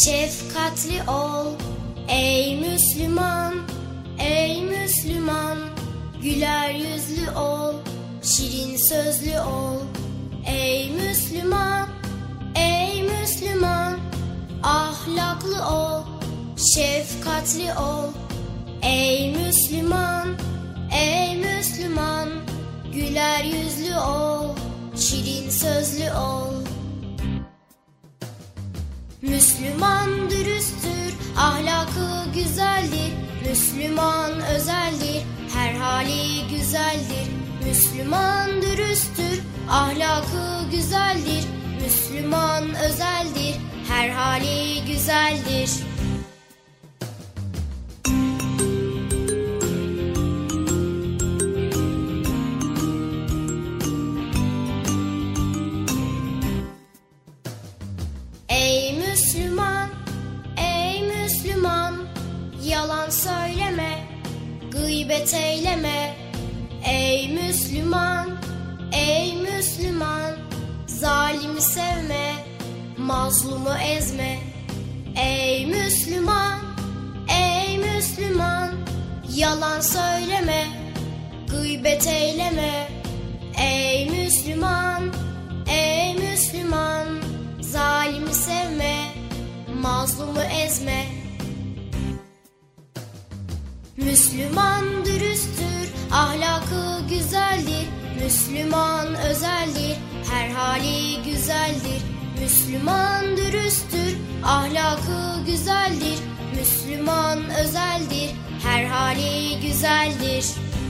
şefkatli ol. Ey Müslüman, ey Müslüman, güler yüzlü ol, şirin sözlü ol. Ey Müslüman, ey Müslüman, ahlaklı ol, şefkatli ol. Ey Müslüman, ey Müslüman, güler yüzlü ol, şirin sözlü ol. Müslüman dürüsttür, ahlakı güzeldir. Müslüman özeldir, her hali güzeldir. Müslüman dürüsttür, ahlakı güzeldir. Müslüman özeldir, her hali güzeldir. Ey Müslüman, ey Müslüman, yalan söyleme, gıybet eyleme. Ey Müslüman, ey Müslüman, zalimi sevme, mazlumu ezme. Ey Müslüman, ey Müslüman, yalan söyleme, gıybet eyleme. Ey Müslüman, ey Müslüman, zalimi sevme, mazlumu ezme. Müslüman dürüsttür, ahlakı güzeldir. Müslüman özeldir, her hali güzeldir. Müslüman dürüsttür, ahlakı güzeldir. Müslüman özeldir, her hali güzeldir.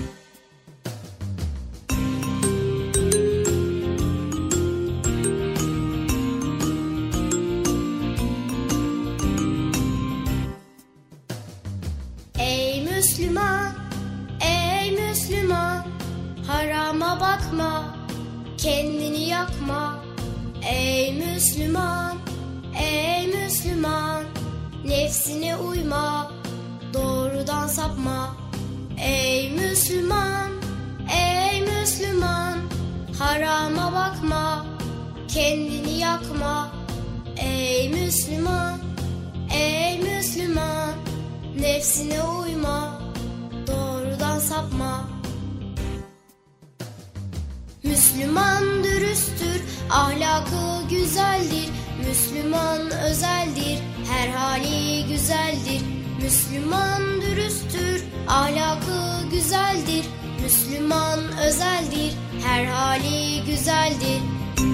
Ey Müslüman, ey Müslüman, harama bakma, kendini yakma. Ey Müslüman, ey Müslüman, nefsine uyma, doğrudan sapma. Ey Müslüman, ey Müslüman, harama bakma, kendini yakma. Ey Müslüman, ey Müslüman, nefsine uyma, doğrudan sapma. Müslüman dürüsttür, ahlakı güzeldir. Müslüman özeldir, her hali güzeldir. Müslüman dürüsttür, ahlakı güzeldir. Müslüman özeldir, her hali güzeldir.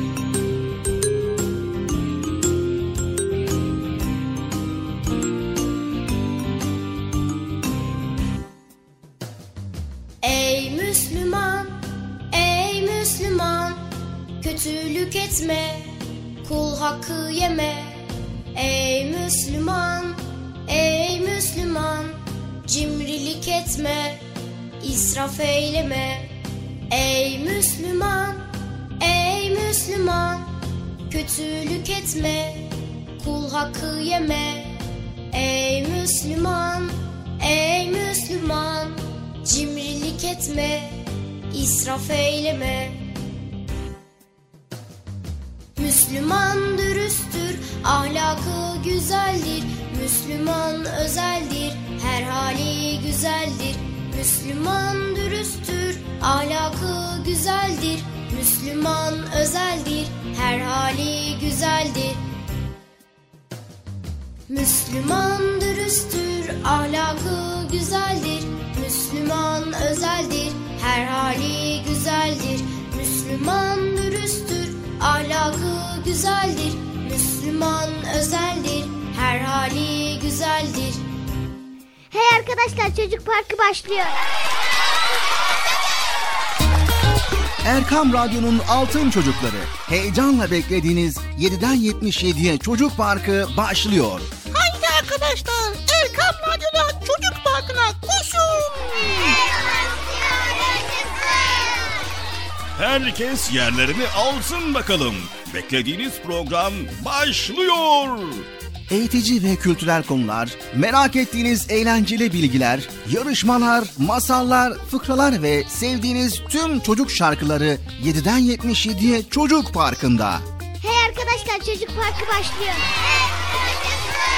Ey Müslüman, ey Müslüman, kötülük etme, kul hakkı yeme. Ey Müslüman, ey Müslüman, cimrilik etme, israf eyleme. Ey Müslüman, ey Müslüman, kötülük etme, kul hakkı yeme. Ey Müslüman, ey Müslüman, cimrilik etme, israf eyleme. Müslüman dürüsttür, ahlakı güzeldir. Müslüman özeldir, her hali güzeldir. Müslüman dürüsttür, ahlakı güzeldir. Müslüman özeldir, her hali güzeldir. Müslüman dürüsttür, ahlakı güzeldir. Müslüman özeldir, her hali güzeldir. Müslüman dürüsttür, ahlakı güzeldir. Müslüman özeldir, her hali güzeldir. Hey arkadaşlar, Çocuk Parkı başlıyor. Erkam Radyo'nun Altın Çocukları. Heyecanla beklediğiniz 7'den 77'ye Çocuk Parkı başlıyor. Haydi arkadaşlar, Erkam Radyo'da Çocuk Parkı'na koşun. Herkes yerlerini alsın bakalım. Beklediğiniz program başlıyor. Eğitici ve kültürel konular, merak ettiğiniz eğlenceli bilgiler, yarışmalar, masallar, fıkralar ve sevdiğiniz tüm çocuk şarkıları 7'den 77'ye Çocuk Parkı'nda. Hey arkadaşlar, Çocuk Parkı başlıyor.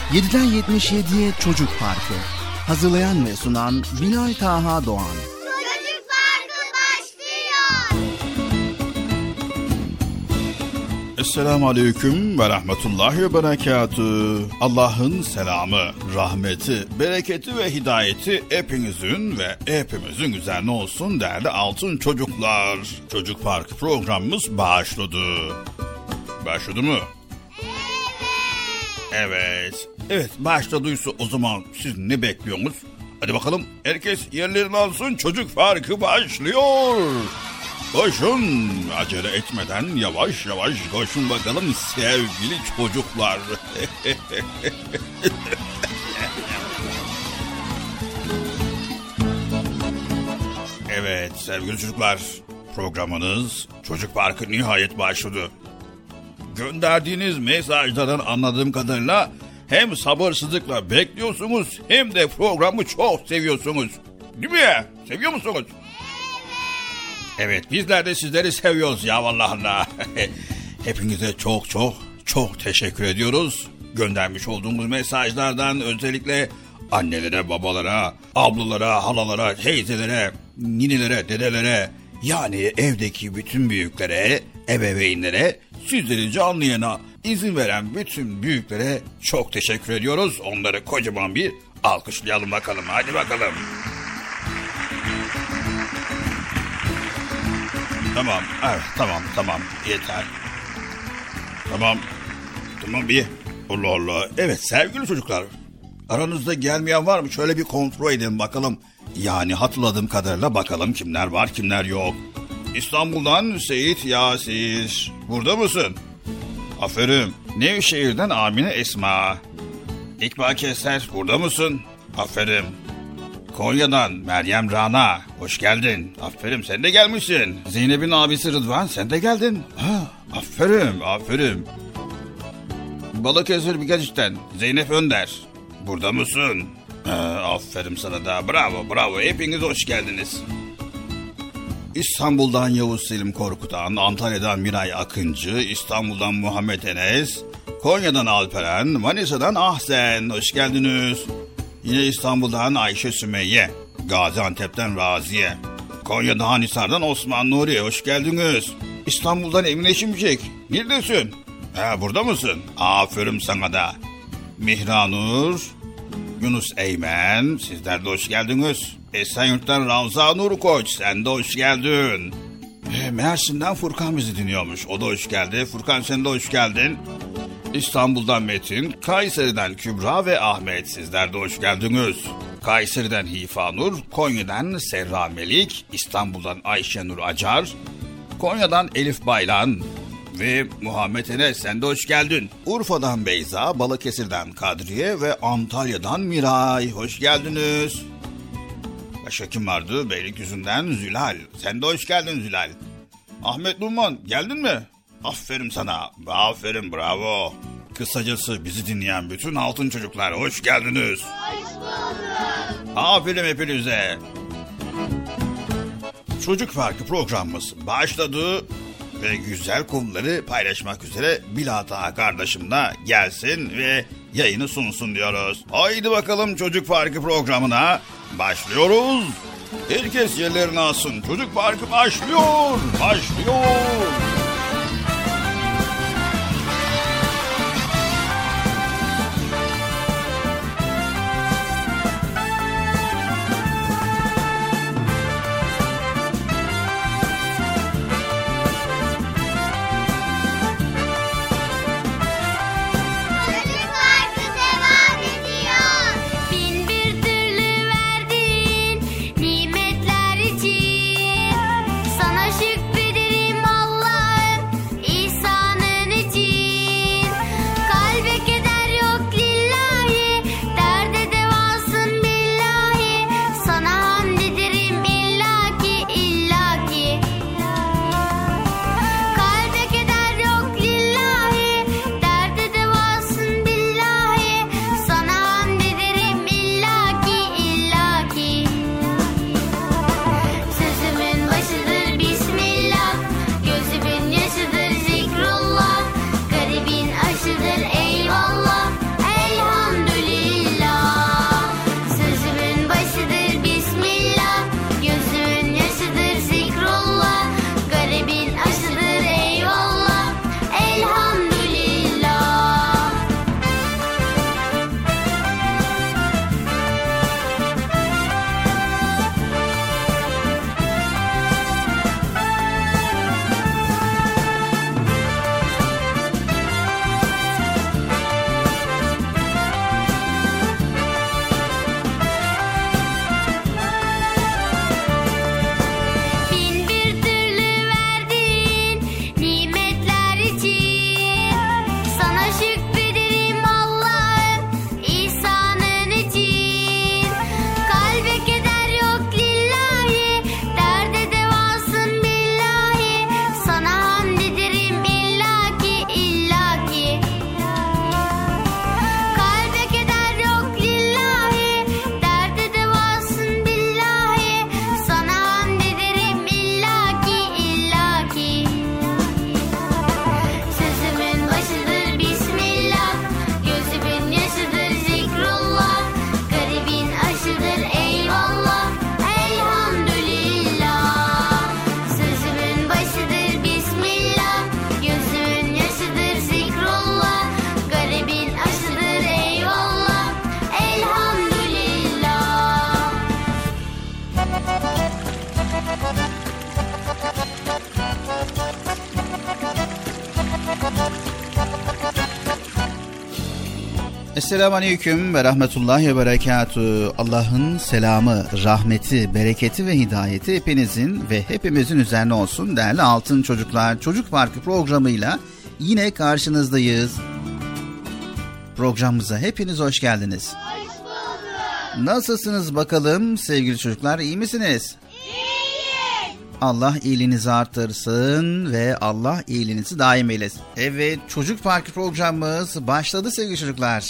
7'den 77'ye Çocuk Parkı. Hazırlayan ve sunan Bilal Taha Doğan. Çocuk Parkı başlıyor. Esselamu Aleyküm ve Rahmetullahi ve Berekatühü. Allah'ın selamı, rahmeti, bereketi ve hidayeti hepinizin ve hepimizin üzerine olsun değerli altın çocuklar. Çocuk Parkı programımız başladı. Başladı mı? Evet. Evet başladıysa o zaman siz ne bekliyorsunuz? Hadi bakalım herkes yerlerini alsın, Çocuk Parkı başlıyor. Koşun, acele etmeden yavaş yavaş koşun bakalım sevgili çocuklar. Evet sevgili çocuklar, programınız Çocuk Parkı nihayet başladı. Gönderdiğiniz mesajlardan anladığım kadarıyla hem sabırsızlıkla bekliyorsunuz hem de programı çok seviyorsunuz. Değil mi? Seviyor musunuz? Evet bizler de sizleri seviyoruz ya vallahi. Hepinize çok teşekkür ediyoruz. Göndermiş olduğumuz mesajlardan özellikle annelere, babalara, ablalara, halalara, teyzelere, ninelere, dedelere, yani evdeki bütün büyüklere, ebeveynlere, sizleri canlı yayına izin veren bütün büyüklere çok teşekkür ediyoruz. Onları kocaman bir alkışlayalım bakalım. Hadi bakalım. Tamam, evet, tamam, yeter. Tamam bir. Allah. Evet sevgili çocuklar, aranızda gelmeyen var mı? Şöyle bir kontrol edin bakalım. Yani hatırladığım kadarıyla bakalım kimler var, kimler yok. İstanbul'dan Seyit Yasir. Burada mısın? Aferin. Nevşehir'den Amine Esma. İkbal Keser. Burada mısın? Aferin. Konya'dan Meryem Rana. Hoş geldin. Aferin sen de gelmişsin. Zeynep'in abisi Rıdvan sen de geldin. Ha, aferin. Balıkesir Bigaç'tan Zeynep Önder. Burada mısın? Aferin sana da. Bravo. Hepiniz hoş geldiniz. İstanbul'dan Yavuz Selim Korkutan, Antalya'dan Miray Akıncı, İstanbul'dan Muhammed Enes, Konya'dan Alperen, Manisa'dan Ahsen, hoş geldiniz. Yine İstanbul'dan Ayşe Sümeyye, Gaziantep'ten Raziye, Konya'dan Hanisar'dan Osman Nuri, hoş geldiniz. İstanbul'dan Emine Şimşek, neredesin? Burada mısın? Aferin sana da. Mihranur, Yunus Eymen, sizler de hoş geldiniz. Esenyurt'tan Ravza Nur Koç, sen de hoş geldin. Mersin'den Furkan bizi dinliyormuş, o da hoş geldi. Furkan sen de hoş geldin. İstanbul'dan Metin, Kayseri'den Kübra ve Ahmet, sizler de hoş geldiniz. Kayseri'den Hifanur, Konya'dan Serra Melik, İstanbul'dan Ayşenur Acar, Konya'dan Elif Baylan ve Muhammed Enes, sen de hoş geldin. Urfa'dan Beyza, Balıkesir'den Kadriye ve Antalya'dan Miray, hoş geldiniz. Başka kim vardı? Beylikdüzü'nden Zülal, sen de hoş geldin Zülal. Ahmet Numan, geldin mi? Aferin sana. Aferin, bravo. Kısacası bizi dinleyen bütün altın çocuklar hoş geldiniz. Hoş bulduk. Aferin hepinize. Çocuk Parkı programımız başladı ve güzel konuları paylaşmak üzere Bilal kardeşim de gelsin ve yayını sunsun diyoruz. Haydi bakalım Çocuk Parkı programına başlıyoruz. Herkes yerlerini alsın. Çocuk Parkı başlıyor. Sana şükrederim Allah. Esselamu Aleyküm ve Rahmetullahi ve Berekatühü. Allah'ın selamı, rahmeti, bereketi ve hidayeti hepinizin ve hepimizin üzerine olsun değerli altın çocuklar. Çocuk Parkı programıyla yine karşınızdayız. Programımıza hepiniz hoş geldiniz. Hoş bulduk. Nasılsınız bakalım sevgili çocuklar, iyi misiniz? İyiyiz. Allah iyiliğinizi artırsın ve Allah iyiliğinizi daim eylesin. Evet, Çocuk Parkı programımız başladı sevgili çocuklar.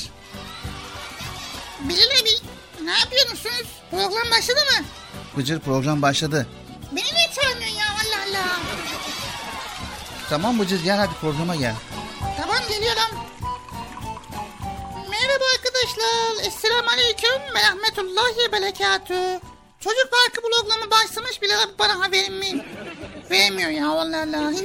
Bilal abi ne yapıyorsunuz? Program başladı mı? Bıcır, program başladı. Beni niye çağırmıyorsun ya Allah Allah. Tamam Bıcır, gel hadi programa gel. Tamam geliyorum. Merhaba arkadaşlar. Esselamu Aleyküm ve Rahmetullahi ve Berekatühü. Çocuk Parkı programı başlamış bile bana haberim mi? Vermiyor ya vallahi.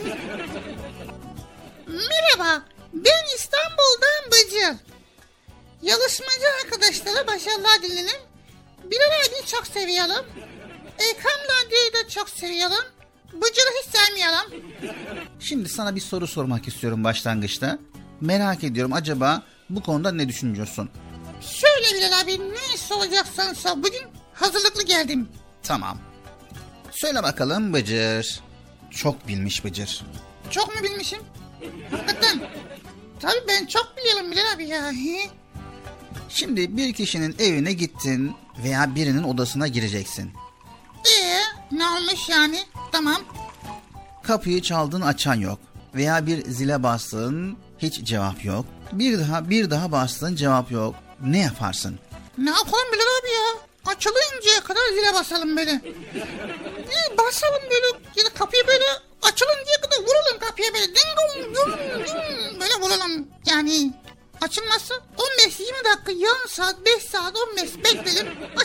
Merhaba. Ben İstanbul'dan Bıcır. Yarışmacı arkadaşlara başarılar dilerim. Bilal abi çok seviyorum. Erkam Radyo'yu da çok seviyorum. Bıcır'ı hiç sevmiyorum. Şimdi sana bir soru sormak istiyorum başlangıçta. Merak ediyorum, acaba bu konuda ne düşünüyorsun? Şöyle Bilal abi, ne soracaksan sor. Bugün hazırlıklı geldim. Tamam. Söyle bakalım Bıcır. Çok bilmiş Bıcır. Çok mu bilmişim? Hakikaten. Tabii ben çok biliyorum Bilal abi ya. Şimdi bir kişinin evine gittin veya birinin odasına gireceksin. Ne olmuş yani? Tamam. Kapıyı çaldın, açan yok. Veya bir zile bastın, hiç cevap yok. Bir daha bastın, cevap yok. Ne yaparsın? Ne yapalım Bilal abi ya? Açılıncaya kadar zile basalım böyle. Basalım böyle. Ya da kapıyı böyle açılıncaya kadar vuralım kapıya böyle. Ding dong dong ding. Böyle vuralım. Yani açılmazsa 15-20 dakika, yarım saat, 5 saat, 15 bekleyelim.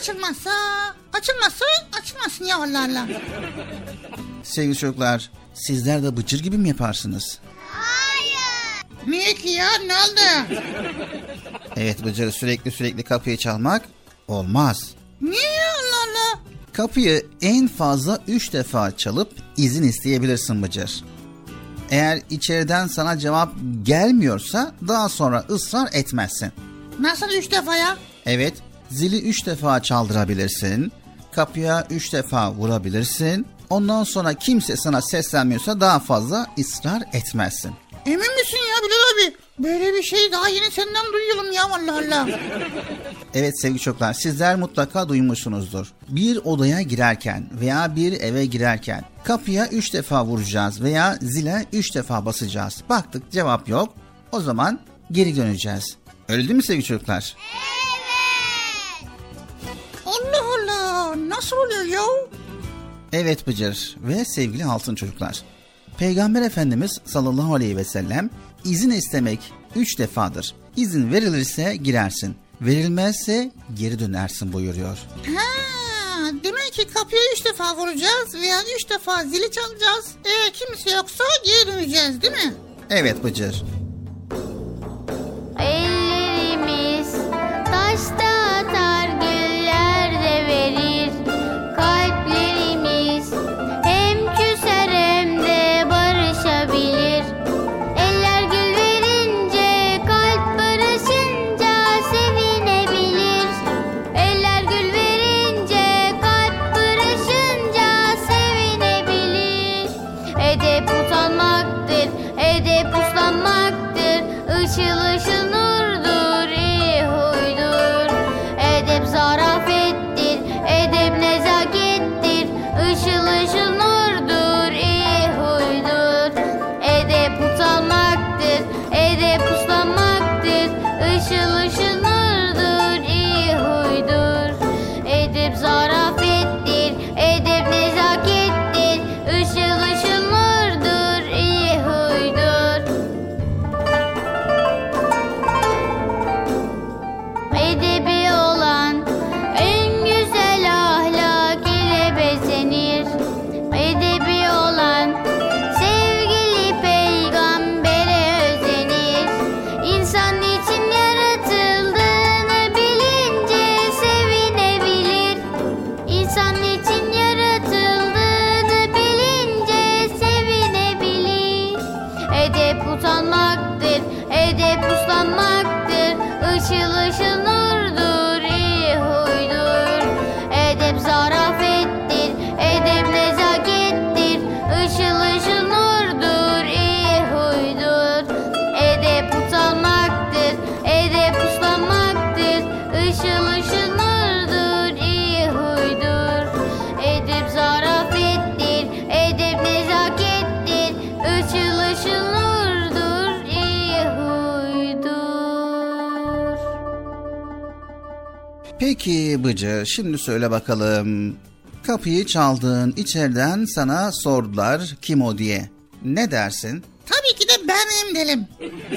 Açılmasın ya Allah Allah. Sevgili çocuklar, sizler de Bıcır gibi mi yaparsınız? Hayır. Niye ki ya? Ne oldu? Evet Bıcır, sürekli kapıyı çalmak olmaz. Niye ya Allah Allah? Kapıyı en fazla 3 defa çalıp izin isteyebilirsin Bıcır. Eğer içeriden sana cevap gelmiyorsa daha sonra ısrar etmezsin. Nasıl 3 defa ya? Evet, zili 3 defa çaldırabilirsin. Kapıya 3 defa vurabilirsin. Ondan sonra kimse sana seslenmiyorsa daha fazla ısrar etmezsin. Emin misin ya Bilal abi? Böyle bir şey daha yeni senden duyuyorum ya Allah Allah. Evet sevgili çocuklar, sizler mutlaka duymuşsunuzdur. Bir odaya girerken veya bir eve girerken kapıya 3 defa vuracağız veya zile 3 defa basacağız. Baktık cevap yok, o zaman geri döneceğiz. Öyle değil mi sevgili çocuklar? Evet. Allah Allah, nasıl oluyor ya? Evet Bıcır ve sevgili altın çocuklar. Peygamber Efendimiz sallallahu aleyhi ve sellem izin istemek 3 defadır. İzin verilirse girersin, verilmezse geri dönersin buyuruyor. Demek ki kapıya 3 defa vuracağız veya 3 defa zili çalacağız. Eğer kimse yoksa geri döneceğiz değil mi? Evet Bıcır. Ellerimiz taşta atar, güller de verir. Kalplerimiz hem küser hem de barışabilir. Eller gül verince, kalp barışınca sevinebilir. Eller gül verince, kalp barışınca sevinebilir. Edep utanmaktır, edep uslanmaktır. Işıl ışıl nurdur, iyi huydur. Edep zarafettir, edep nezakettir. Işıl ışıl nurdur, iyi huydur. Edep utanmaktır, edep uslanmaktır. Işıl ışıl nurdur, iyi huydur. Edep zarafettir, edep nezakettir. Işıl ışıl nurdur, iyi huydur. Edebi olan en güzel ahlak ile bezenir. Edebi olan sevgili peygambere özenir. İnsan için yaratılmış ışıl ışıl nurdur, iyi huydur. Edep zarafettir, edep nezakettir. Işıl ışıl nurdur, iyi huydur. Edep utanmaktır, edep uslanmaktır. Işıl ışıl nurdur, iyi huydur. Edep zarafettir, edep nezakettir. Işıl ışıl nurdur, iyi huydur. Peki Bıcır, şimdi söyle bakalım. Kapıyı çaldın, içeriden sana sordular kim o diye. Ne dersin? Tabii ki de benim derim.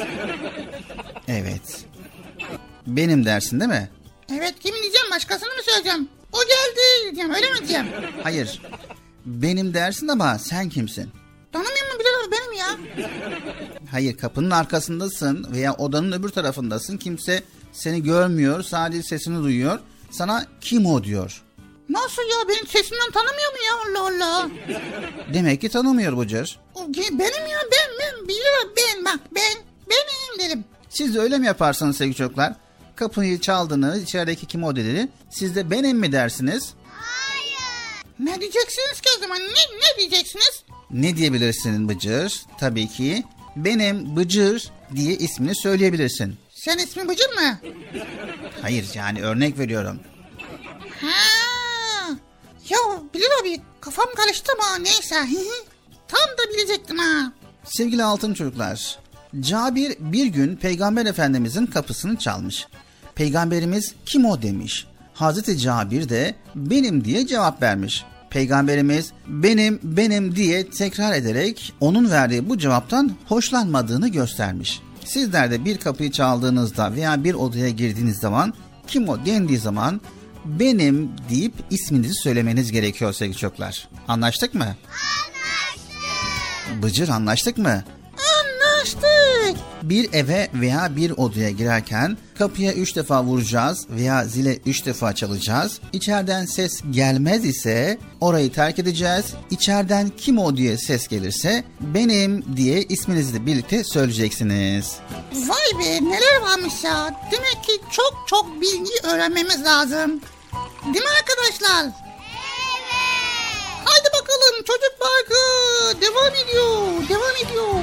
Evet. Benim dersin değil mi? Evet, kim diyeceğim, başkasını mı söyleyeceğim? O geldi diyeceğim, öyle mi diyeceğim? Hayır. Benim dersin ama sen kimsin? Tanımıyor mu Bilal abi, benim ya? Hayır, kapının arkasındasın veya odanın öbür tarafındasın. Kimse seni görmüyor, sadece sesini duyuyor. Sana kim o diyor. Nasıl ya, benim sesimden tanımıyor mu ya? Allah Allah. Demek ki tanımıyor Bıcır. Benim ya, ben Bilal abi, benim derim. Siz de öyle mi yaparsınız sevgili çocuklar? Kapıyı çaldınız, içerideki kim o dedi. Siz de benim mi dersiniz? Ne diyeceksiniz ki o zaman? Ne diyeceksiniz? Ne diyebilirsin Bıcır? Tabii ki benim Bıcır diye ismini söyleyebilirsin. Sen ismin Bıcır mı? Hayır, yani örnek veriyorum. Ha. Ya Bilal abi, kafam karıştı ama neyse. Tam da bilecektim ha. Sevgili altın çocuklar, Cabir bir gün Peygamber Efendimizin kapısını çalmış. Peygamberimiz kim o demiş. Hazreti Cabir de benim diye cevap vermiş. Peygamberimiz benim diye tekrar ederek onun verdiği bu cevaptan hoşlanmadığını göstermiş. Sizler de bir kapıyı çaldığınızda veya bir odaya girdiğiniz zaman kim o dendiği zaman benim deyip isminizi söylemeniz gerekiyor sevgili çocuklar. Anlaştık mı? Anlaştık. Bıcır, anlaştık mı? Anlaştık. Bir eve veya bir odaya girerken kapıya 3 defa vuracağız veya zile 3 defa çalacağız. İçeriden ses gelmez ise orayı terk edeceğiz. İçeriden kim o diye ses gelirse benim diye isminizi de birlikte söyleyeceksiniz. Vay be, neler varmış ya. Demek ki çok bilgi öğrenmemiz lazım. Değil mi arkadaşlar? Evet. Haydi bakalım, çocuk parkı devam ediyor.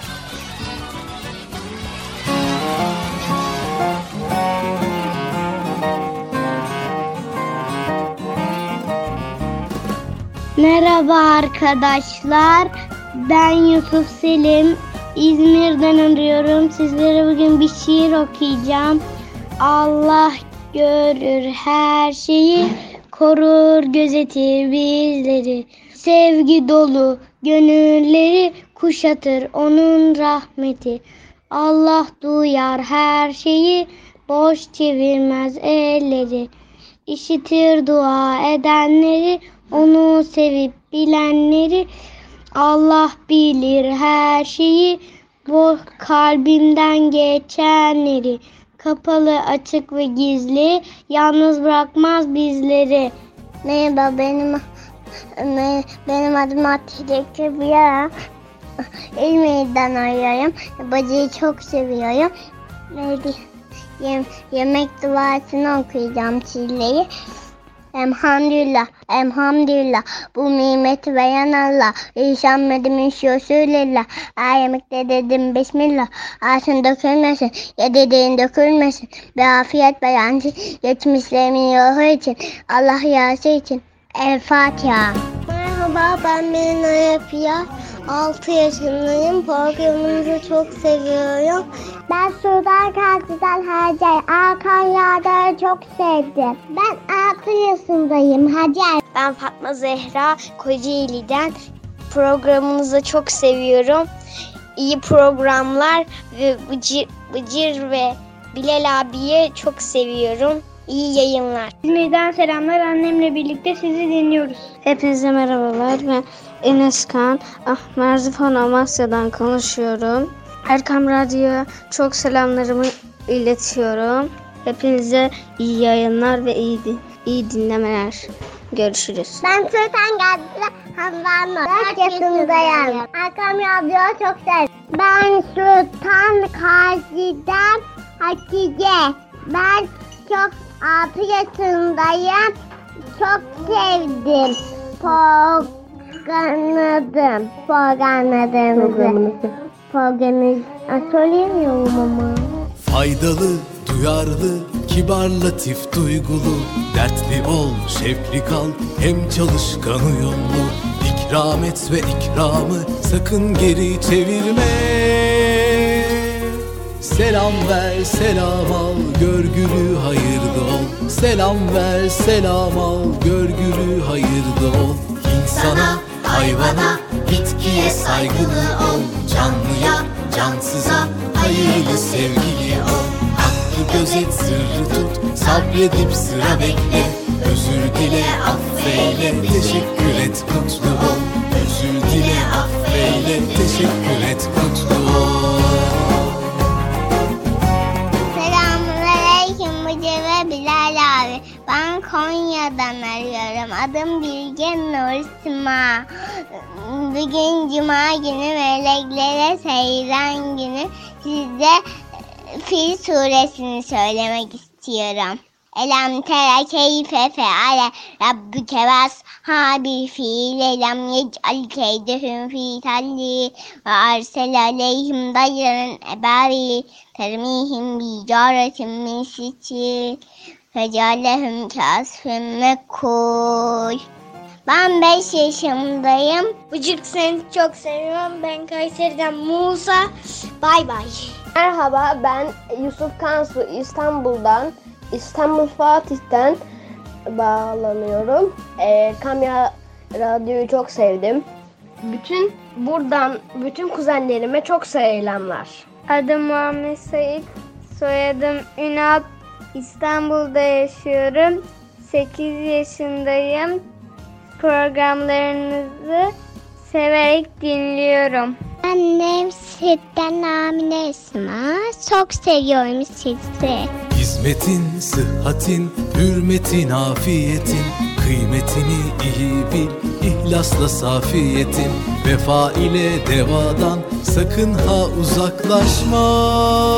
Merhaba arkadaşlar. Ben Yusuf Selim. İzmir'den arıyorum. Sizlere bugün bir şiir okuyacağım. Allah görür her şeyi, korur gözetir bizleri. Sevgi dolu gönülleri, kuşatır onun rahmeti. Allah duyar her şeyi, boş çevirmez elleri. İşitir dua edenleri, onu sevip bilenleri. Allah bilir her şeyi, bu kalbimden geçenleri. Kapalı, açık ve gizli, yalnız bırakmaz bizleri. Merhaba, benim adım Hatice Kübra. İzmir'den arıyorum. Bacıyı çok seviyorum. Yemek duasını okuyacağım sizlere. Elhamdülillah, bu nimeti veren Allah. İşanmedim Resulullah. Yemekte dedim Bismillah. Ağzın dökülmesin, yediğin dökülmesin. Bir afiyet beğenci, geçmişlerimin ruhu için, Allah rızası için. El Fatiha. Merhaba, ben Melina Yapıya. 6 yaşındayım. Programınızı çok seviyorum. Ben Sudan Gazi'den Hacer. Hakan Yağdar'ı çok sevdim. Ben 6 yaşındayım Hacer. Ben Fatma Zehra Kocaeli'den. Programınızı çok seviyorum. İyi programlar ve Bıcır ve Bilal abiye çok seviyorum. İyi yayınlar. İzmir'den selamlar. Annemle birlikte sizi dinliyoruz. Hepinize merhabalar. Ben Enes Kan. Merzifon Amasya'dan konuşuyorum. Erkam Radyo'ya çok selamlarımı iletiyorum. Hepinize iyi yayınlar ve iyi dinlemeler. Görüşürüz. Ben Sultan Gazi'den Handan 4 yaşındayım. Erkam Radyo'yu çok seviyorum. Ben Sultan Gazi'den Hatice. Ben çok 6 yaşındayım. Çok sevdim. Programınızı söyleyemiyorum ama. Faydalı, duyarlı, kibar, latif, duygulu. Dertli ol, şevkli kal, hem çalışkan uyumlu. İkram et ve ikramı sakın geri çevirme. Selam ver, selam al, görgülü hayırlı ol. Selam ver, selam al, görgülü hayırlı ol. İnsana, hayvana, bitkiye saygılı ol. Canlıya, cansıza, hayırlı sevgili ol. Hakkı gözet, sırrı tut, sabredip sıra bekle. Özür dile, affeyle, teşekkür et, mutlu ol. Özür dile, affeyle, teşekkür et, mutlu ol. Selamünaleyküm Müce ve Bilal abi. Ben Konya'dan arıyorum. Adım Bilge Nur Sima. Bugün Cuma günü meleklere seyran günü. Size Fil suresini söylemek istiyorum. Elem tere keyfe feale rabbuke veshabil fil elem yec'al keydehum fi talli ve arsel aleyhim dayran ebabil termihim bi caretin min sicil fecalehum kasfin mekul. Ben 5 yaşındayım. Bıcık seni çok seviyorum. Ben Kayseri'den Musa. Bay bay. Merhaba, ben Yusuf Kansu, İstanbul'dan, İstanbul Fatih'ten bağlanıyorum. Kamya Radyo'yu çok sevdim. Bütün kuzenlerime çok selamlar. Adım Muhammed Said. Soyadım Ünal. İstanbul'da yaşıyorum. 8 yaşındayım. Programlarınızı severek dinliyorum. Annem Sütten Amine Esma. Çok seviyorum sizi. Hizmetin, sıhhatin, hürmetin, afiyetin, kıymetini iyi bil, ihlasla safiyetin, vefa ile devadan sakın ha uzaklaşma.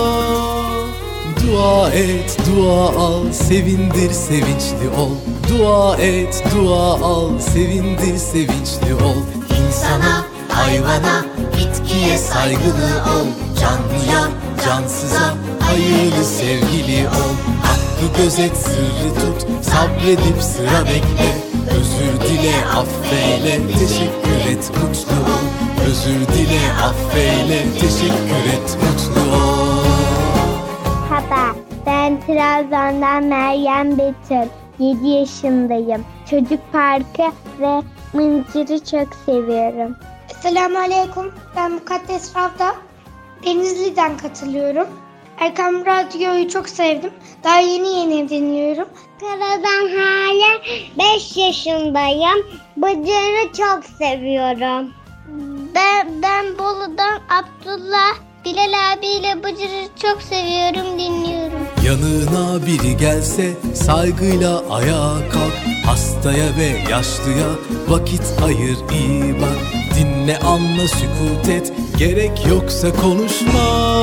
Dua et, dua al, sevindir, sevinçli ol. Dua et, dua al, sevindir, sevinçli ol. İnsana, hayvana, bitkiye saygılı ol. Canlıya, cansıza, hayırlı sevgili ol. Hakkı gözet, sırrı tut, sabredip sıra bekle. Özür dile, affeyle, teşekkür et, mutlu ol. Özür dile, affeyle, teşekkür et, mutlu ol. Baba, ben Trabzon'dan Meryem Betül. 7 yaşındayım. Çocuk parkı ve mıncırı çok seviyorum. Selamünaleyküm. Ben Mukaddes Ravda. Denizli'den katılıyorum. Erkam Radyo'yu çok sevdim. Daha yeni dinliyorum. Karadan hala 5 yaşındayım. Bıcırı çok seviyorum. Ben Bolu'dan Abdullah. Bilal abiyle Bıcır'ı çok seviyorum, dinliyorum. Yanına biri gelse saygıyla ayağa kalk. Hastaya ve yaşlıya vakit ayır, iyi bak. Dinle, anla, sükut et, gerek yoksa konuşma.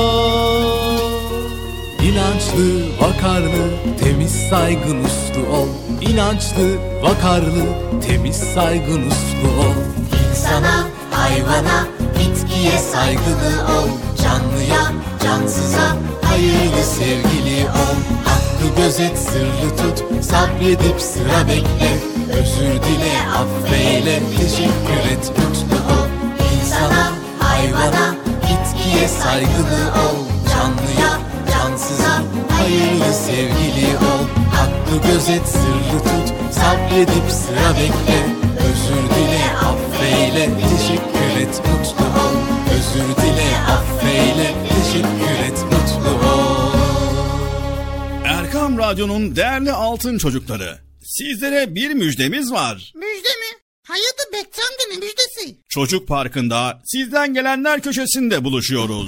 İnançlı, vakarlı, temiz, saygın, uslu ol. İnançlı, vakarlı, temiz, saygın, uslu ol. İnsana, hayvana, bitkiye saygılı ol. Canlıya, cansıza, hayırlı sevgili ol. Hakkı gözet, sırrı tut, sabredip sıra bekle. Özür dile, affeyle, teşekkür et, mutlu ol. İnsana, hayvana, bitkiye saygılı ol. Canlıya, cansıza, hayırlı sevgili ol. Hakkı gözet, sırrı tut, sabredip sıra bekle. Özür dile, affeyle, teşekkür et, mutlu ol. Özür dile, affeyle, teşekkür et, mutlu ol. Erkam Radyo'nun değerli altın çocukları, sizlere bir müjdemiz var. Müjde mi? Hayırdır Bekçi amca, ne müjdesi? Çocuk Parkı'nda sizden gelenler köşesinde buluşuyoruz.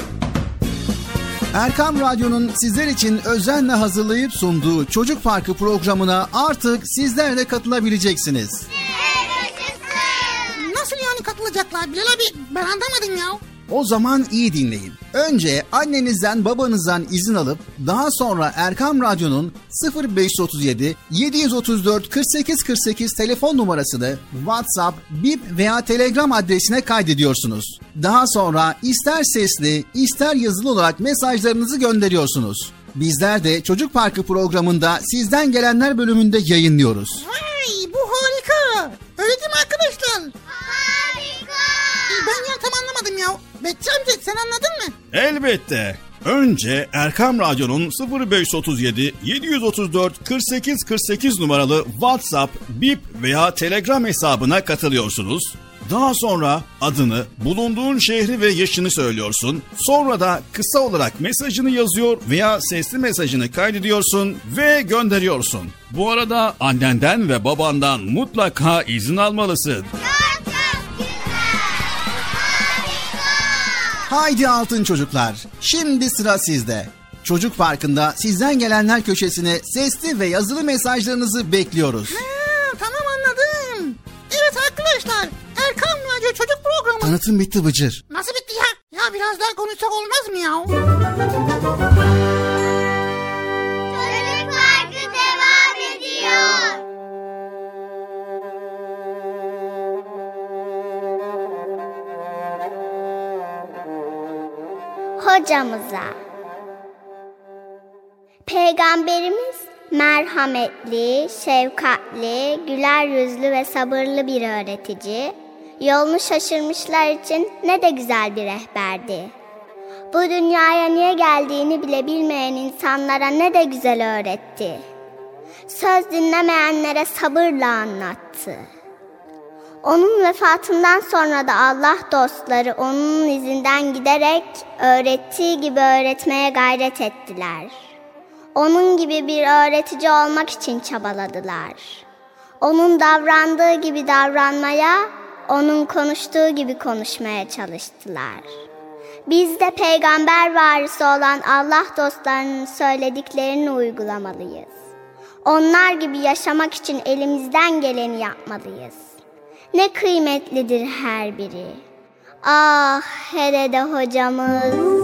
Erkam Radyo'nun sizler için özenle hazırlayıp sunduğu Çocuk Parkı programına artık sizler de katılabileceksiniz. Nasıl yani katılacaklar Bilal abi? Ben anlamadım ya. O zaman iyi dinleyin. Önce annenizden babanızdan izin alıp daha sonra Erkam Radyo'nun 0537 734 48 48 telefon numarasını WhatsApp, Bip veya Telegram adresine kaydediyorsunuz. Daha sonra ister sesli ister yazılı olarak mesajlarınızı gönderiyorsunuz. Bizler de Çocuk Parkı programında Sizden Gelenler bölümünde yayınlıyoruz. Vay, bu harika. Öyle değil mi arkadaşlar? Harika. Ben ya tam anlamadım ya. Betçi amca sen anladın mı? Elbette. Önce Erkam Radyo'nun 0537 734 48 48 numaralı WhatsApp, Bip veya Telegram hesabına katılıyorsunuz. Daha sonra adını, bulunduğun şehri ve yaşını söylüyorsun. Sonra da kısa olarak mesajını yazıyor veya sesli mesajını kaydediyorsun ve gönderiyorsun. Bu arada annenden ve babandan mutlaka izin almalısın. Haydi altın çocuklar, şimdi sıra sizde. Çocuk Parkı'nda Sizden Gelenler köşesine sesli ve yazılı mesajlarınızı bekliyoruz. Tamam anladım. Evet arkadaşlar, Erkam Radyo Çocuk Programı. Tanıtım bitti Bıcır. Nasıl bitti ya? Ya biraz daha konuşsak olmaz mı ya? Çocuk Parkı devam ediyor. Hocamıza. Peygamberimiz merhametli, şefkatli, güler yüzlü ve sabırlı bir öğretici, yolunu şaşırmışlar için ne de güzel bir rehberdi. Bu dünyaya niye geldiğini bile bilmeyen insanlara ne de güzel öğretti. Söz dinlemeyenlere sabırla anlattı. Onun vefatından sonra da Allah dostları onun izinden giderek öğrettiği gibi öğretmeye gayret ettiler. Onun gibi bir öğretici olmak için çabaladılar. Onun davrandığı gibi davranmaya, onun konuştuğu gibi konuşmaya çalıştılar. Biz de peygamber varisi olan Allah dostlarının söylediklerini uygulamalıyız. Onlar gibi yaşamak için elimizden geleni yapmalıyız. Ne kıymetlidir her biri. Ah, hele de hocamız.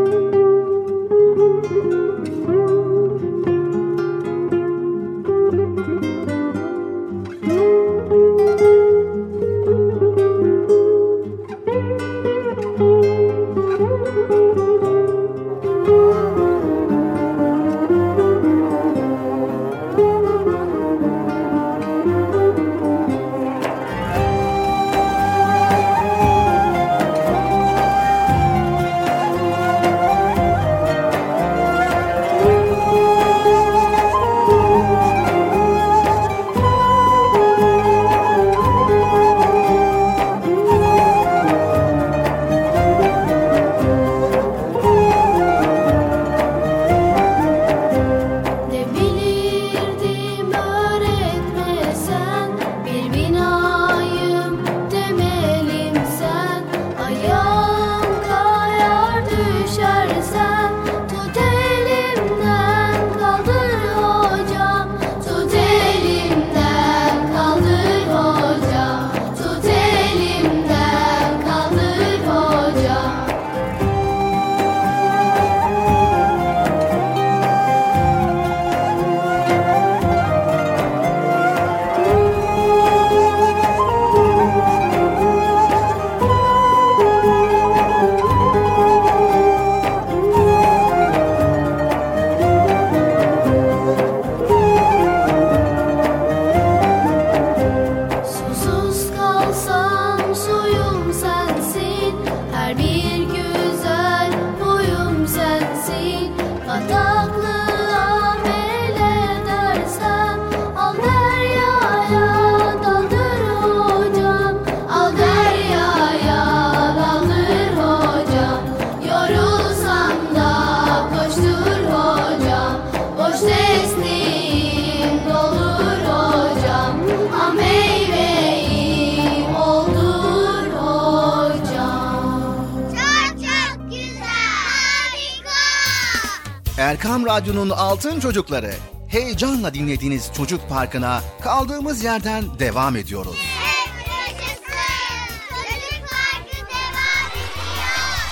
Erkam Radyo'nun Altın Çocukları. Heyecanla dinlediğiniz Çocuk Parkı'na kaldığımız yerden devam ediyoruz. Çocuk Parkı devam ediyor.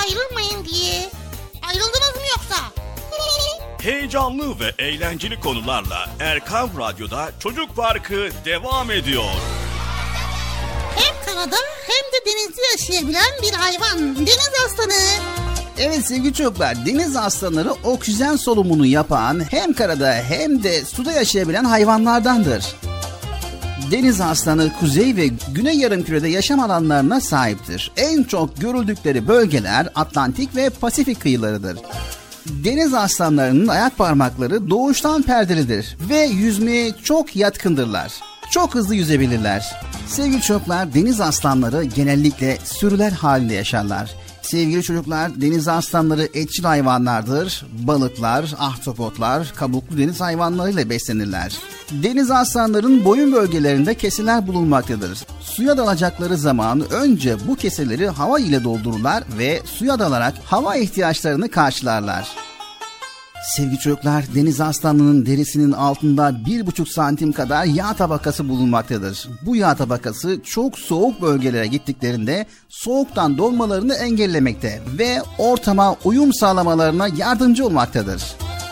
ayrılmayın diye. Ayrıldınız mı yoksa? Heyecanlı ve eğlenceli konularla Erkam Radyo'da Çocuk Parkı devam ediyor. Hem karada hem de denizde yaşayabilen bir hayvan. Deniz aslanı. Evet sevgili çocuklar, deniz aslanları oksijen solumunu yapan, hem karada hem de suda yaşayabilen hayvanlardandır. Deniz aslanı kuzey ve güney yarımkürede yaşam alanlarına sahiptir. En çok görüldükleri bölgeler Atlantik ve Pasifik kıyılarıdır. Deniz aslanlarının ayak parmakları doğuştan perdelidir ve yüzmeye çok yatkındırlar. Çok hızlı yüzebilirler. Sevgili çocuklar, deniz aslanları genellikle sürüler halinde yaşarlar. Sevgili çocuklar, deniz aslanları etçil hayvanlardır. Balıklar, ahtapotlar, kabuklu deniz hayvanlarıyla beslenirler. Deniz aslanların boyun bölgelerinde keseler bulunmaktadır. Suya dalacakları zaman önce bu keseleri hava ile doldururlar ve suya dalarak hava ihtiyaçlarını karşılarlar. Sevgili çocuklar, deniz aslanının derisinin altında 1,5 santim kadar yağ tabakası bulunmaktadır. Bu yağ tabakası çok soğuk bölgelere gittiklerinde soğuktan donmalarını engellemekte ve ortama uyum sağlamalarına yardımcı olmaktadır.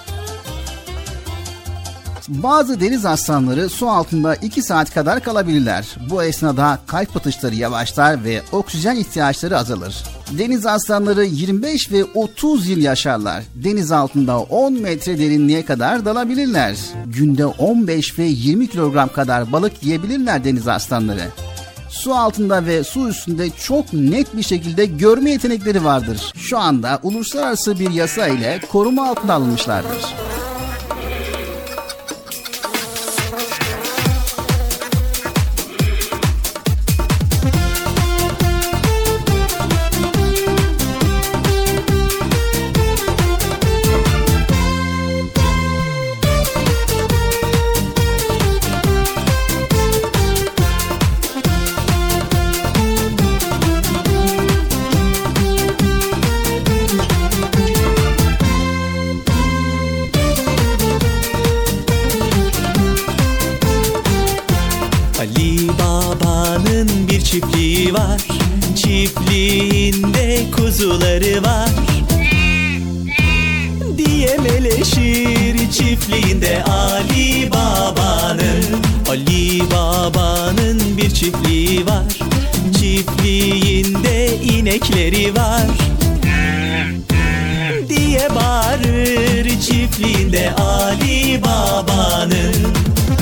Bazı deniz aslanları su altında 2 saat kadar kalabilirler. Bu esnada kalp atışları yavaşlar ve oksijen ihtiyaçları azalır. Deniz aslanları 25 ve 30 yıl yaşarlar. Deniz altında 10 metre derinliğe kadar dalabilirler. Günde 15 ve 20 kilogram kadar balık yiyebilirler deniz aslanları. Su altında ve su üstünde çok net bir şekilde görme yetenekleri vardır. Şu anda uluslararası bir yasa ile koruma altına alınmışlardır. Çiftliği var, çiftliğinde kuzuları var diye meleşir çiftliğinde Ali Baba'nın. Ali Baba'nın bir çiftliği var, çiftliğinde inekleri var diye bağırır çiftliğinde Ali Baba'nın.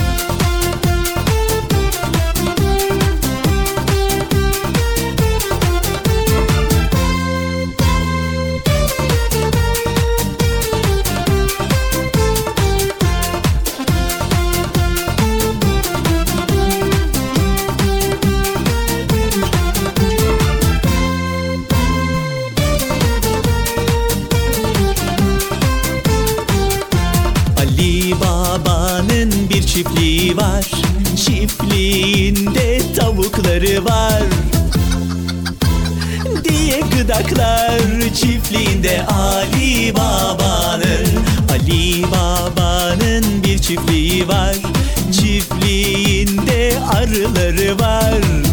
Çiftliği var, çiftliğinde tavukları var diye gıdaklar çiftliğinde Ali Baba'nın. Ali Baba'nın bir çiftliği var, çiftliğinde arıları var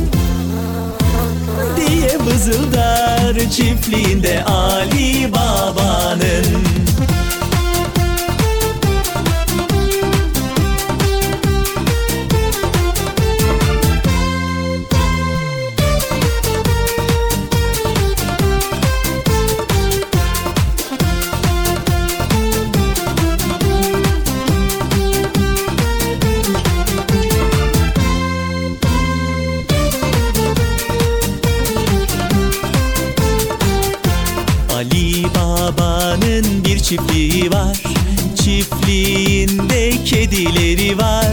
diye vızıldar çiftliğinde Ali Baba'nın. Çiftliği var, çiftliğinde kedileri var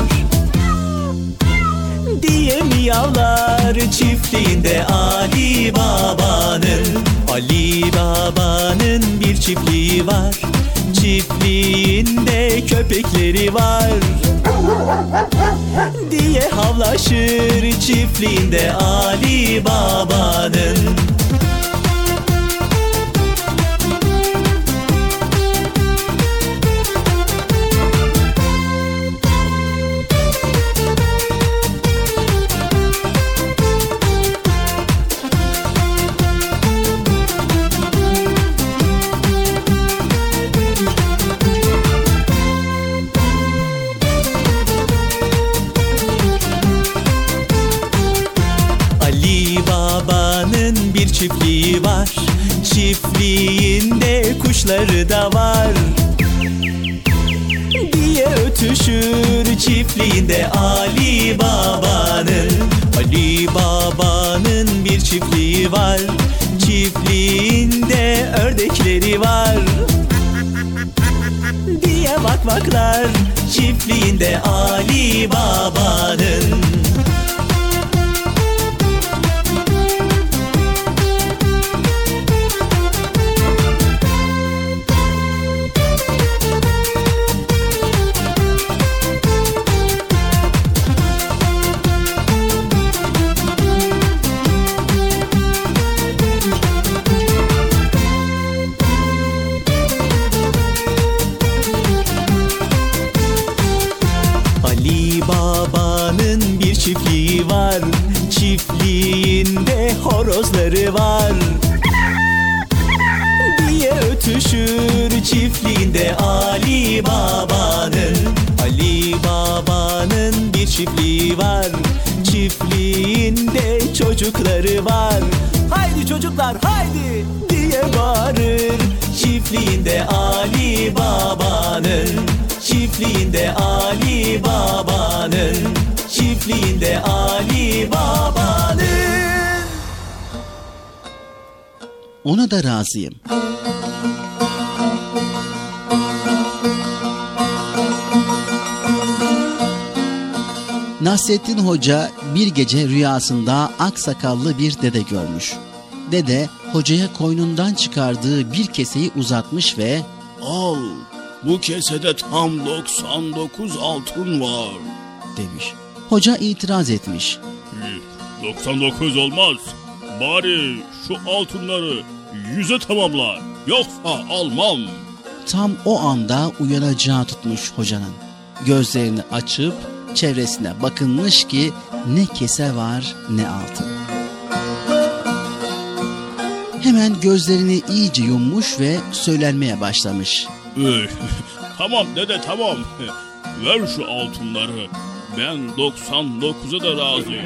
diye miyavlar çiftliğinde Ali Baba'nın. Ali Baba'nın bir çiftliği var, çiftliğinde köpekleri var diye havlaşır çiftliğinde Ali Baba'nın. kuşları da var diye ötüşür çiftliğinde Ali Baba'nın. Ali Baba'nın bir çiftliği var, çiftliğinde ördekleri var diye vakvaklar çiftliğinde Ali Baba'nın. Çiftliği var, çiftliğinde horozları var diye ötüşür çiftliğinde Ali Baba'nın. Ali Baba'nın bir çiftliği var, çiftliğinde çocukları var. Haydi çocuklar haydi diye bağırır çiftliğinde Ali Baba'nın. Çiftliğinde Ali Baba'nın, çiftliğinde Ali Baba'nın. Ona da razıyım. Nasrettin Hoca bir gece rüyasında aksakallı bir dede görmüş. Dede hocaya koynundan çıkardığı bir keseyi uzatmış ve "Al, bu kesede tam 99 altın var" demiş. Hoca itiraz etmiş. 99 olmaz. Bari şu altınları 100'e tamamla. Yoksa almam. Tam o anda uyanacağı tutmuş hocanın. Gözlerini açıp çevresine bakınmış ki ne kese var ne altın. Hemen gözlerini iyice yummuş ve söylenmeye başlamış. Tamam dede tamam. Ver şu altınları. Ben 99'a da razıyım.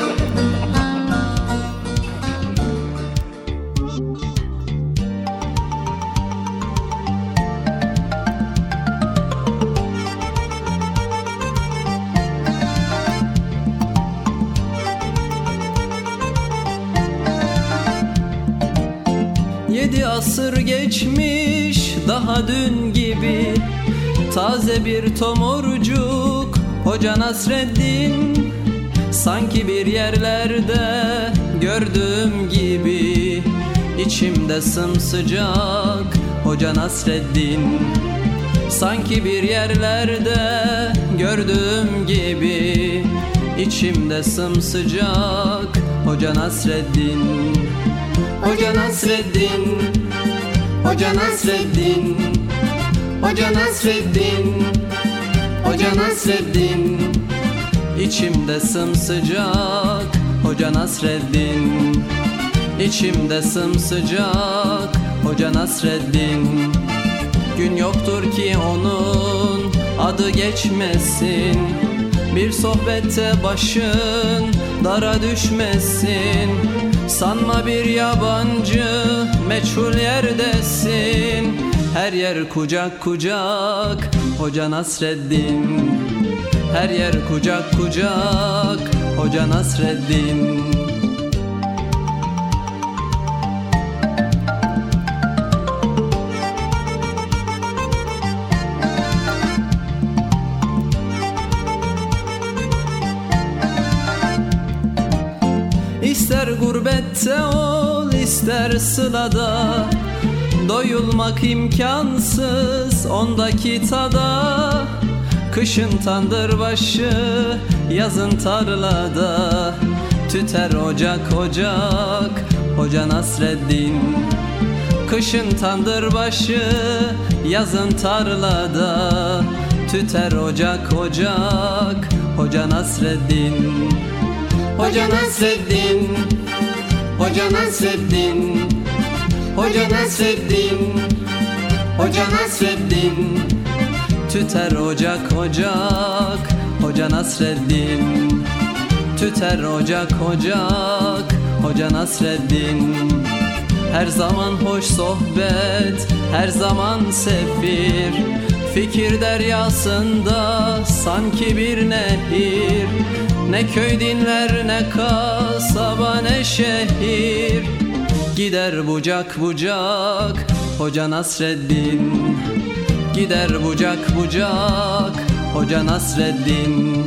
Yedi asır geçmiş daha dün gibi, taze bir tomurcuk Hoca Nasreddin. Sanki bir yerlerde gördüğüm gibi, içimde sımsıcak Hoca Nasreddin. Sanki bir yerlerde gördüğüm gibi, içimde sımsıcak Hoca Nasreddin. Hoca Nasreddin, Hoca Nasreddin, Hoca Nasreddin, Hoca Nasreddin. İçimde sımsıcak Hoca Nasreddin. İçimde sımsıcak Hoca Nasreddin. Gün yoktur ki onun adı geçmesin, bir sohbette başın dara düşmesin. Sanma bir yabancı meçhul yerdesin, her yer kucak kucak Hoca Nasreddin. Her yer kucak kucak Hoca Nasreddin. İster gurbette ol, ister sılada, doyulmak imkansız ondaki tada. Kışın tandırbaşı, yazın tarlada, tüter ocak ocak Hoca Nasreddin. Kışın tandırbaşı, yazın tarlada, tüter ocak ocak Hoca Nasreddin. Hoca Nasreddin, Hoca Nasreddin, Hoca Nasreddin, Hoca Nasreddin. Tüter ocak ocak Hoca Nasreddin. Tüter ocak ocak Hoca Nasreddin. Her zaman hoş sohbet, her zaman sefir. Fikir deryasında sanki bir nehir. Ne köy dinler ne kasaba ne şehir. Gider bucak bucak Hoca Nasreddin. Gider bucak bucak Hoca Nasreddin.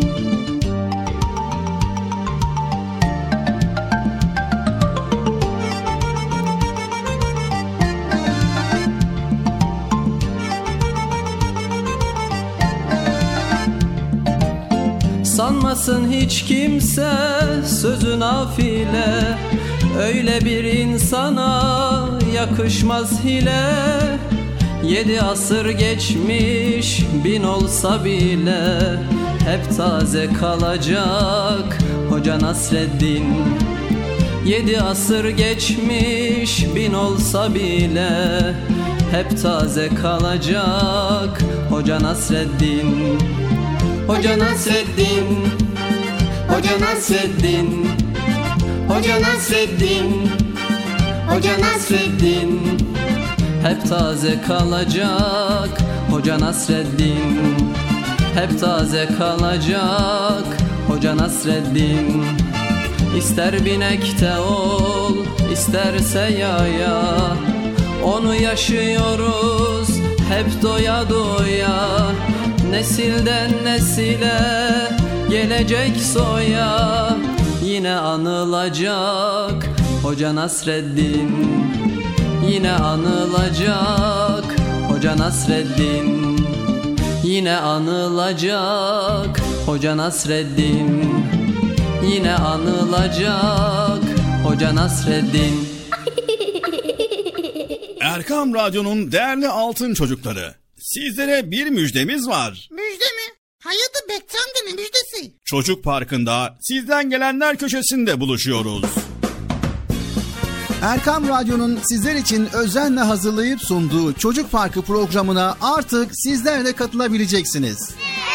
Sanmasın hiç kimse sözü nafile. Öyle bir insana yakışmaz hile. 7 asır geçmiş 1000 olsa bile hep taze kalacak Hoca Nasreddin. 7 asır geçmiş 1000 olsa bile hep taze kalacak Hoca Nasreddin. Hoca Nasreddin, Hoca Nasreddin, Hoca Nasreddin, Hoca Nasreddin. Hep taze kalacak Hoca Nasreddin. Hep taze kalacak Hoca Nasreddin. İster binekte ol, isterse yaya, onu yaşıyoruz hep doya doya. Nesilden nesile gelecek soya, yine anılacak Hoca Nasreddin. Yine anılacak Hoca Nasreddin. Yine anılacak Hoca Nasreddin. Yine anılacak Hoca Nasreddin. Erkam Radyo'nun değerli altın çocukları, sizlere bir müjdemiz var. Müjde mi? Hayırdır Bekçi amca, ne müjdesi? Çocuk Parkı'nda sizden gelenler köşesinde buluşuyoruz. Erkam Radyo'nun sizler için özenle hazırlayıp sunduğu Çocuk Parkı programına artık sizler de katılabileceksiniz.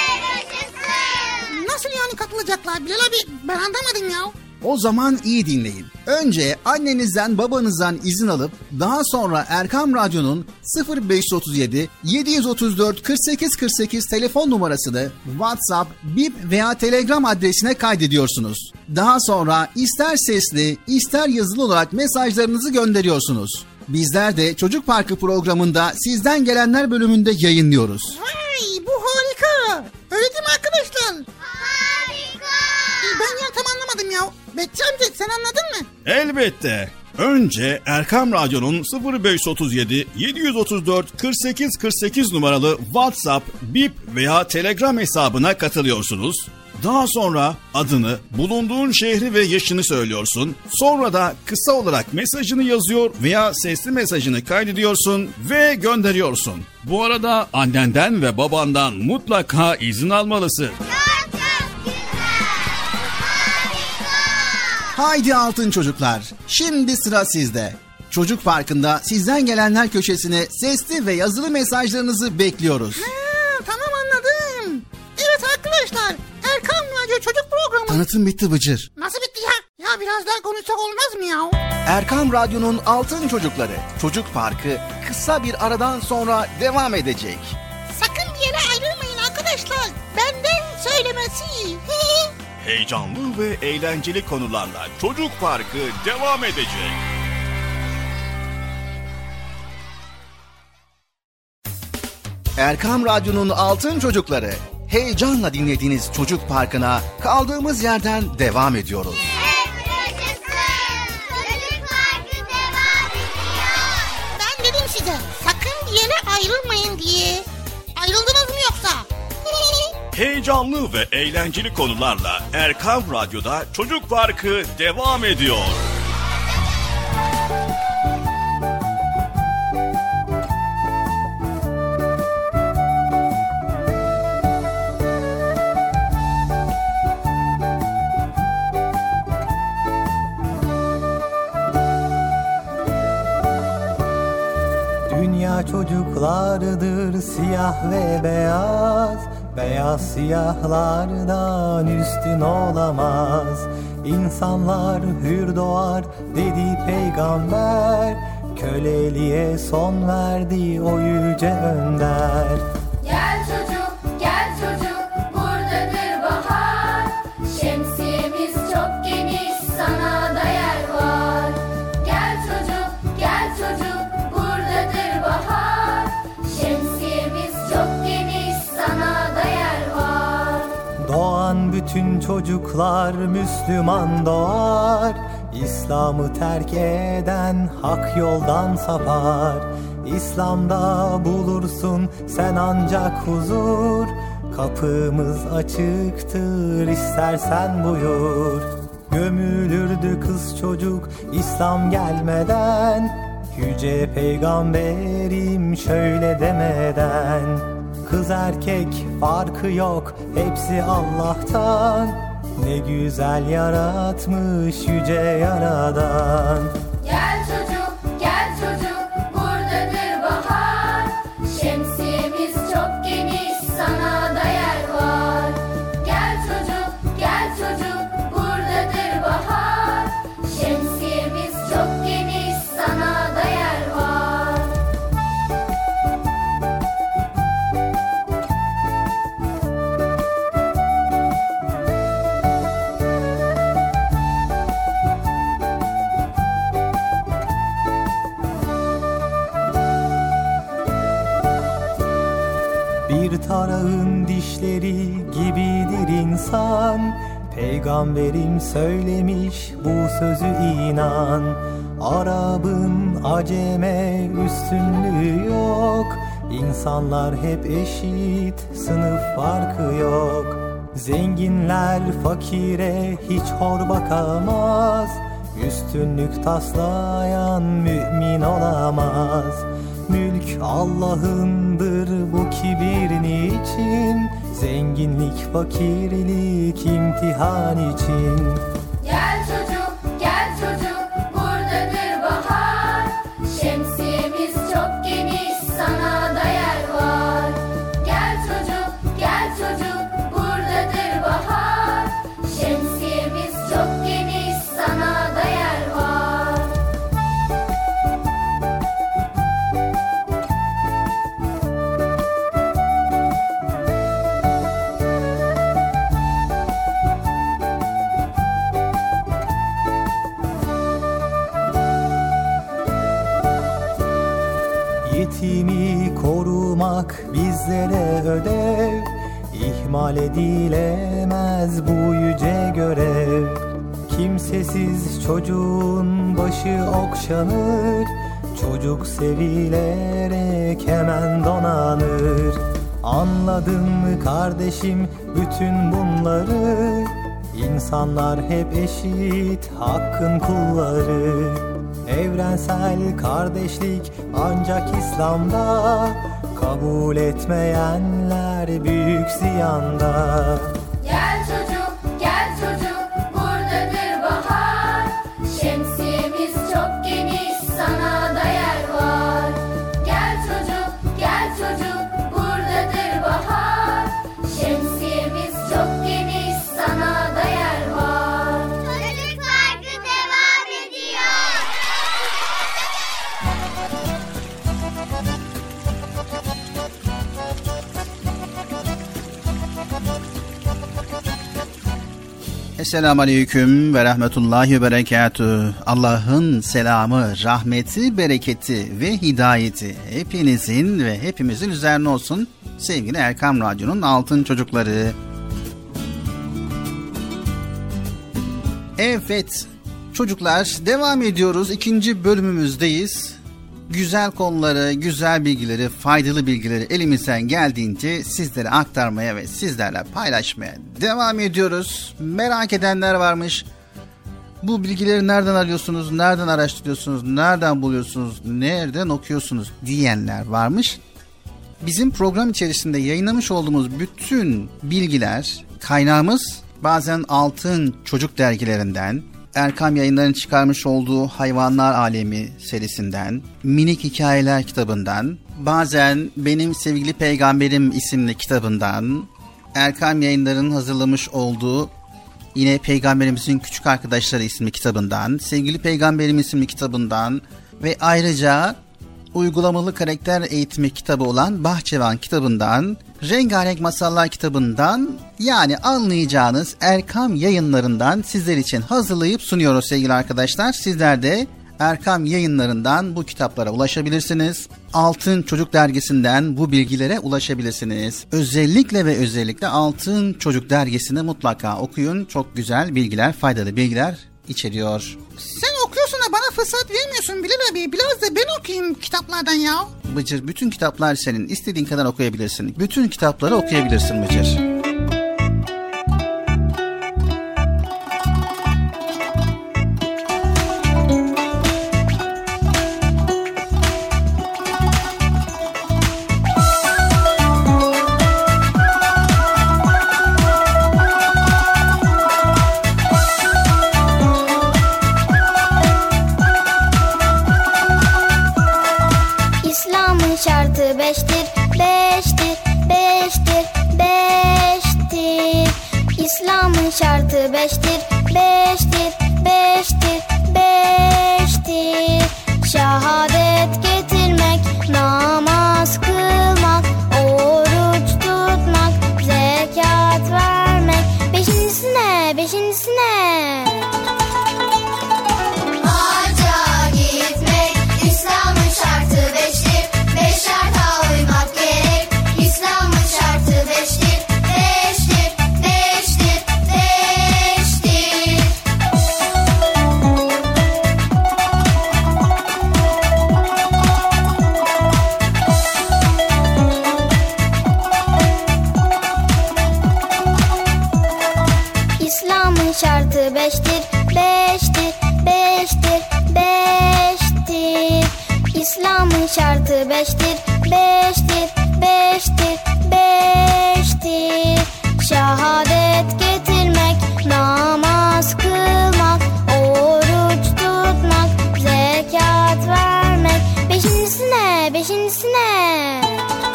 Nasıl yani katılacaklar Bilal abi? Ben anlamadım ya. O zaman iyi dinleyin. Önce annenizden babanızdan izin alıp daha sonra Erkam Radyo'nun 0537 734 48 48 telefon numarasını WhatsApp, Bip veya Telegram adresine kaydediyorsunuz. Daha sonra ister sesli ister yazılı olarak mesajlarınızı gönderiyorsunuz. Bizler de Çocuk Parkı programında sizden gelenler bölümünde yayınlıyoruz. Vay, bu harika. Öyle değil mi arkadaşlar? Harika. Ben ya tam anlamadım ya. Bekçi amca sen anladın mı? Elbette. Önce Erkam Radyo'nun 0537 734 48 48 numaralı WhatsApp, Bip veya Telegram hesabına katılıyorsunuz. Daha sonra adını, bulunduğun şehri ve yaşını söylüyorsun. Sonra da kısa olarak mesajını yazıyor veya sesli mesajını kaydediyorsun ve gönderiyorsun. Bu arada annenden ve babandan mutlaka izin almalısın. Haydi altın çocuklar, şimdi sıra sizde. Çocuk Parkı'nda sizden gelenler köşesine sesli ve yazılı mesajlarınızı bekliyoruz. Tamam anladım. Evet arkadaşlar, Erkam Radyo Çocuk Programı. Tanıtım bitti Bıcır. Nasıl bitti ya? Ya biraz daha konuşsak olmaz mı ya? Erkam Radyo'nun altın çocukları Çocuk Parkı kısa bir aradan sonra devam edecek. Sakın bir yere ayrılmayın arkadaşlar. Benden söylemesi. Heyecanlı ve eğlenceli konularla Çocuk Parkı devam edecek. Erkam Radyo'nun altın çocukları, heyecanla dinlediğiniz Çocuk Parkı'na kaldığımız yerden devam ediyoruz. Çocuk Parkı devam ediyor. Ben dedim size sakın bir yere ayrılmayın diye. Ayrıldınız mı yoksa? Heyecanlı ve eğlenceli konularla Erkam Radyo'da Çocuk Parkı devam ediyor. Dünya çocuklardır siyah ve beyaz. Beyaz siyahlardan üstün olamaz. İnsanlar hür doğar dedi peygamber. köleliğe son verdi o yüce önder. Gel çocuk, gel çocuk, buradadır bahar. Şemsiyemiz çok geniş, sana da yer var. Gel çocuk, gel çocuk, buradadır bahar. Şemsiyemiz çok geniş, sana da yer var. Doğan bütün çocuklar Müslüman doğar. İslam'ı terk eden hak yoldan sapar. İslam'da bulursun sen ancak huzur. Kapımız açıktır, istersen buyur. Gömülürdü kız çocuk İslam gelmeden, yüce peygamberim şöyle demeden. Kız erkek farkı yok, hepsi Allah'tan. Ne güzel yaratmış yüce yaradan. Gel çocuk, gel çocuk, buradadır bahar. Şemsiyemiz çok geniş, sana da yer var. Gel çocuk, gel çocuk, buradadır bahar. Şemsiyemiz çok geniş, sana da yer var. Bir tarağın dişleri gibidir insan. Peygamberim söylemiş bu sözü inan. Arap'ın Acem'e üstünlüğü yok. İnsanlar hep eşit, sınıf farkı yok. Zenginler fakire hiç hor bakamaz. Üstünlük taslayan mümin olamaz. Mülk Allah'ındır, bu kibir niçin? Zenginlik fakirlik imtihan için. Gel çocuk, gel çocuk, buradadır bahar. Şemsiyemiz çok geniş, sana da yer var. Gel çocuk, gel çocuk, buradadır bahar. Şemsiyemiz çok geniş, sana da yer var. Yetimi korumak bizlere ödev. İhmal edilemez bu yüce görev. Kimsesiz çocuğun başı okşanır. Çocuk sevilerek hemen donanır. Anladın mı kardeşim bütün bunları? İnsanlar hep eşit, hakkın kulları. Evrensel kardeşlik ancak İslam'da. Kabul etmeyenler büyük ziyanda. Gel çocuk, gel çocuk, buradadır bahar. Şemsiyemiz çok geniş, sana da yer var. Gel çocuk, gel çocuk, buradadır bahar. Şemsiyemiz çok geniş, sana da yer var. Çocuk Parkı devam ediyor. Esselamu Aleyküm ve Rahmetullahi ve Berekatühü. Allah'ın selamı, rahmeti, bereketi ve hidayeti hepinizin ve hepimizin üzerine olsun. Sevgili Erkam Radyo'nun altın çocukları. Evet çocuklar, devam ediyoruz. 2. bölümümüzdeyiz. Güzel konuları, güzel bilgileri, faydalı bilgileri elimizden geldiğince sizlere aktarmaya ve sizlerle paylaşmaya devam ediyoruz. Merak edenler varmış. Bu bilgileri nereden alıyorsunuz, nereden araştırıyorsunuz, nereden buluyorsunuz, nereden okuyorsunuz diyenler varmış. Bizim program içerisinde yayınlamış olduğumuz bütün bilgiler, kaynağımız bazen Altın Çocuk dergilerinden, Erkam Yayınları'nın çıkarmış olduğu Hayvanlar Alemi serisinden, Minik Hikayeler kitabından, bazen Benim Sevgili Peygamberim isimli kitabından, Erkam Yayınları'nın hazırlamış olduğu yine Peygamberimizin Küçük Arkadaşları isimli kitabından, Sevgili Peygamberim isimli kitabından Ve ayrıca uygulamalı karakter eğitimi kitabı olan Bahçevan kitabından, Rengarenk Masallar kitabından, yani anlayacağınız Erkam Yayınlarından sizler için hazırlayıp sunuyoruz sevgili arkadaşlar. Sizler de Erkam Yayınlarından bu kitaplara ulaşabilirsiniz. Altın Çocuk Dergisi'nden bu bilgilere ulaşabilirsiniz. Özellikle Altın Çocuk Dergisi'ni mutlaka okuyun. Çok güzel bilgiler, faydalı bilgiler içeriyor. Sen okuyorsun da bana fırsat vermiyorsun Bilal abi. Biraz da ben okuyayım kitaplardan ya. Bıcır, bütün kitaplar senin. İstediğin kadar okuyabilirsin. Bütün kitapları okuyabilirsin Bıcır. Şartı beştir, beştir, beştir, beştir. İslam'ın şartı beştir, beştir, beştir, beştir. Şehadet getirmek, namaz kılmak, oruç tutmak, zekat vermek. Beşincisi ne? Beşincisi ne? Hacca gitmek, İslam'ın şartı beştir. Beş şarta uymak gerek. İslam'ın şartı beştir. Beştir, beştir, beştir. İslam'ın şartı beştir, beştir, beştir, beştir. İslam'ın şartı beştir, beştir, beştir, beştir. Şehadet getirmek, namaz kılmak, oruç tutmak, zekat vermek. Beşincisi ne? Beşincisi ne?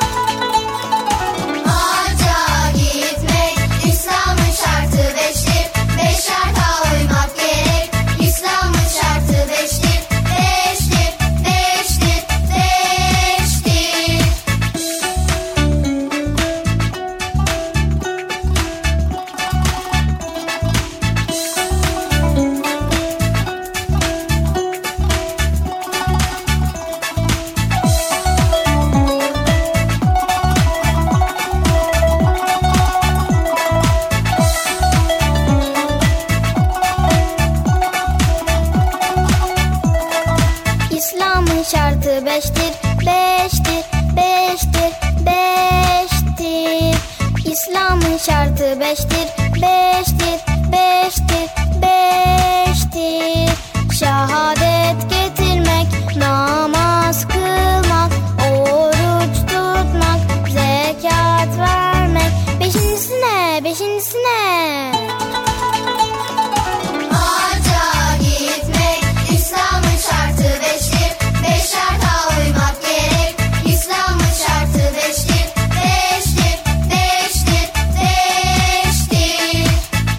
Hacca gitmek, İslam'ın şartı beştir. Beş şarta uymak gerek. İslam'ın şartı beştir. Beştir, beştir, beştir. İslam'ın şartı beştir, beştir, beştir, beştir. İslam'ın şartı beştir, beştir, beştir, beştir. Şehadet getirmek, namaz kılmak, oruç tutmak, zekat vermek. Beşincisi ne? Beşincisi ne? Hacca gitmek, İslam'ın şartı beştir. Beş şarta uymak gerek. İslam'ın şartı beştir. Beştir, beştir, beştir.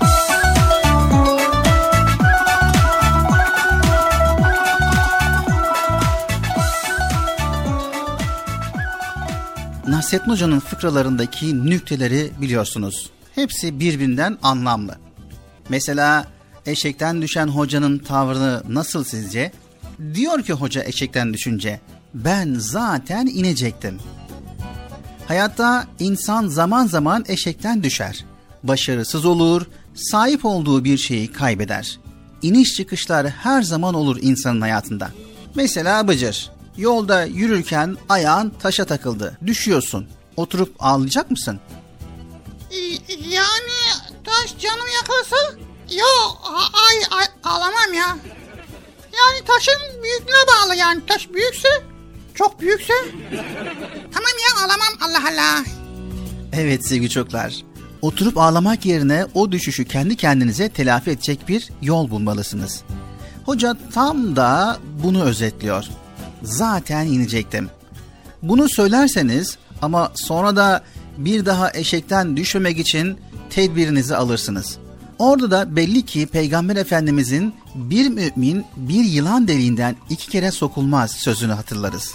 Nasrettin Hoca'nın fıkralarındaki nükteleri biliyorsunuz. Hepsi birbirinden anlamlı. Mesela eşekten düşen hocanın tavrı nasıl sizce? Diyor ki hoca eşekten düşünce, ben zaten inecektim. Hayatta insan zaman zaman eşekten düşer. Başarısız olur, sahip olduğu bir şeyi kaybeder. İniş çıkışlar her zaman olur insanın hayatında. Mesela Bıcır, yolda yürürken ayağın taşa takıldı, düşüyorsun. Oturup ağlayacak mısın? Yani taş canımı yakarsa ağlamam ya. Yani taşın büyüklüğüne bağlı yani. Taş büyükse, çok büyükse tamam ya, ağlamam, Allah Allah. Evet sevgili çocuklar, oturup ağlamak yerine o düşüşü kendi kendinize telafi edecek bir yol bulmalısınız. Hoca tam da bunu özetliyor. Zaten inecektim. Bunu söylerseniz ama sonra da bir daha eşekten düşmemek için tedbirinizi alırsınız. Orada da belli ki Peygamber Efendimizin bir mümin bir yılan deliğinden 2 kere sokulmaz sözünü hatırlarız.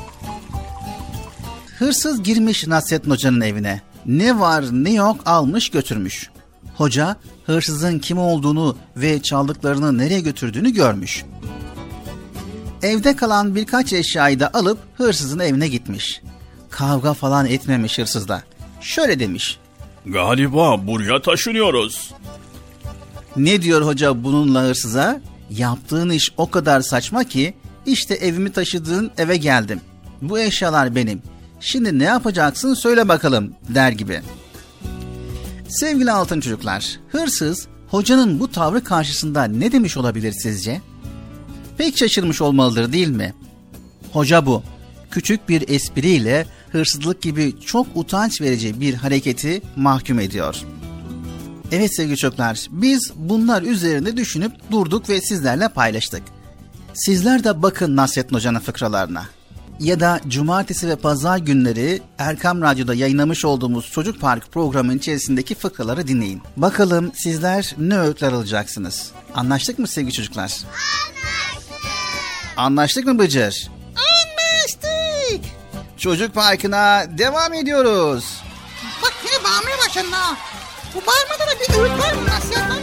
Hırsız girmiş Nasrettin Hoca'nın evine. Ne var ne yok almış götürmüş. Hoca hırsızın kim olduğunu ve çaldıklarını nereye götürdüğünü görmüş. Evde kalan birkaç eşyayı da alıp hırsızın evine gitmiş. Kavga falan etmemiş hırsızla. Şöyle demiş. Galiba buraya taşınıyoruz. Ne diyor hoca bununla hırsıza? Yaptığın iş o kadar saçma ki işte evimi taşıdığın eve geldim. Bu eşyalar benim. Şimdi ne yapacaksın söyle bakalım der gibi. Sevgili altın çocuklar, hırsız hocanın bu tavrı karşısında ne demiş olabilir sizce? Pek şaşırmış olmalıdır değil mi? Hoca bu. Küçük bir espriyle hırsızlık gibi çok utanç verici bir hareketi mahkum ediyor. Evet sevgili çocuklar, biz bunlar üzerinde düşünüp durduk ve sizlerle paylaştık. Sizler de bakın Nasrettin Hoca'nın fıkralarına. Ya da cumartesi ve pazar günleri Erkam Radyo'da yayınlamış olduğumuz Çocuk Park programının içerisindeki fıkraları dinleyin. Bakalım sizler ne öğütler alacaksınız? Anlaştık mı sevgili çocuklar? Anlaştık. Anlaştık mı Bıcır? Anlaştık. Çocuk Parkı'na devam ediyoruz. Bak yine bağırmaya başladın ha. Bu bağırmada da bir öğüt var mı? Nasıl yapmam?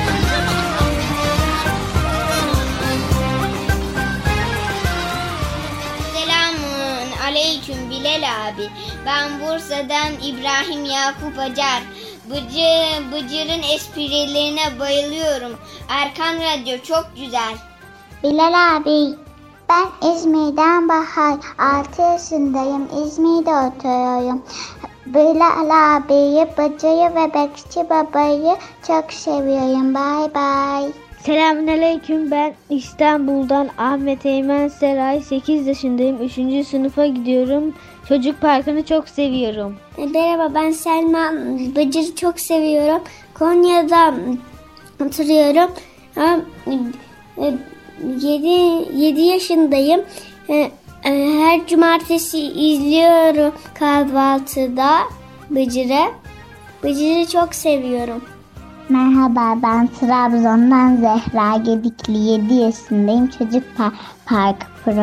Selamun aleyküm Bilal abi. Ben Bursa'dan İbrahim Yakup Acar. Bıcır'ın esprilerine bayılıyorum. Erkan Radyo çok güzel. Bilal abi, ben İzmir'den Bahar. 6 yaşındayım. İzmir'de oturuyorum. Bilal abiyi, Bıcır'ı ve Bekçi babayı çok seviyorum. Bay bay. Selamünaleyküm, ben İstanbul'dan Ahmet Eymen Seray, 8 yaşındayım, 3. sınıfa gidiyorum. Çocuk Parkı'nı çok seviyorum. Merhaba, ben Selma. Bıcır'ı çok seviyorum. Konya'da oturuyorum. 7 yaşındayım. Her cumartesi izliyorum kahvaltıda Bıcır'ı. Bıcır'ı çok seviyorum. Merhaba, ben Trabzon'dan Zehra Gedikli, 7 yaşındayım. Çocuk Park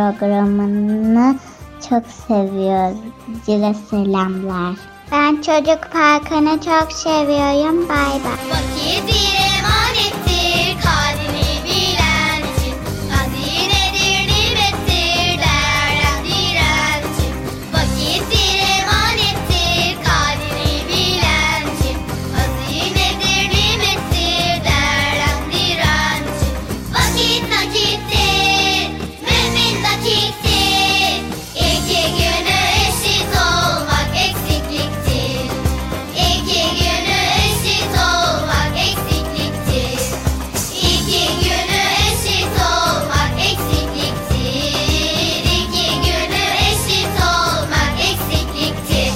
programını çok seviyorum. Cile selamlar. Ben Çocuk Parkı'nı çok seviyorum. Bay bay. Vakit bir emanettir, kadrini bilen için. Hazinedir, nimettir, değerlendiren için. Vakit bir emanettir, kadrini bilen için. Hazinedir, nimettir, değerlendiren için. Vakit nakittir, mümin dakiktir. İki günü eşit olmak eksikliktir. İki günü eşit olmak eksikliktir. İki günü eşit olmak eksikliktir. İki günü eşit olmak eksikliktir.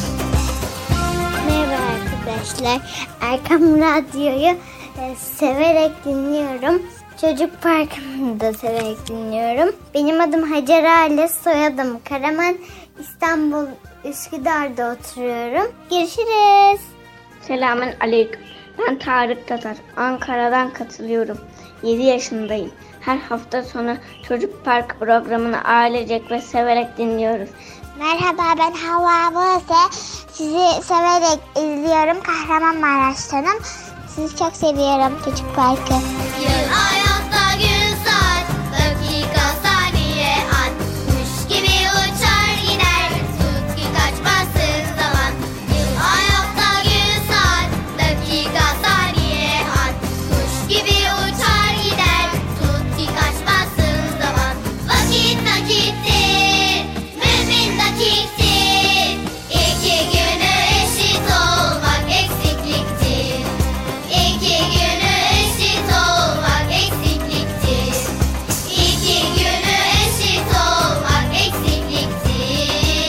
Merhaba arkadaşlar. Erkam Radyo'yu severek dinliyorum. Çocuk Parkı'nı da severek dinliyorum. Benim adım Hacer Aile, soyadım Karaman. İstanbul Üsküdar'da oturuyorum. Görüşürüz. Selamün aleyküm. Ben Tarık Tatar. Ankara'dan katılıyorum. 7 yaşındayım. Her hafta sonu Çocuk Park programını ailecek ve severek dinliyoruz. Merhaba, ben Havva Buse. Sizi severek izliyorum. Kahramanmaraş'tanım. Sizi çok seviyorum Çocuk Parkı. Yıl, ay, hafta, gün, saat, dakika, saniye, an. Kuş gibi uçar gider, tut ki kaçmasın zaman. Yıl, ay, hafta, gün, saat, dakika, saniye, an. Kuş gibi uçar gider, tut ki kaçmasın zaman. Vakit nakittir, mümin dakiktir. İki günü eşit olmak eksikliktir. İki günü eşit olmak eksikliktir. İki günü eşit olmak eksikliktir.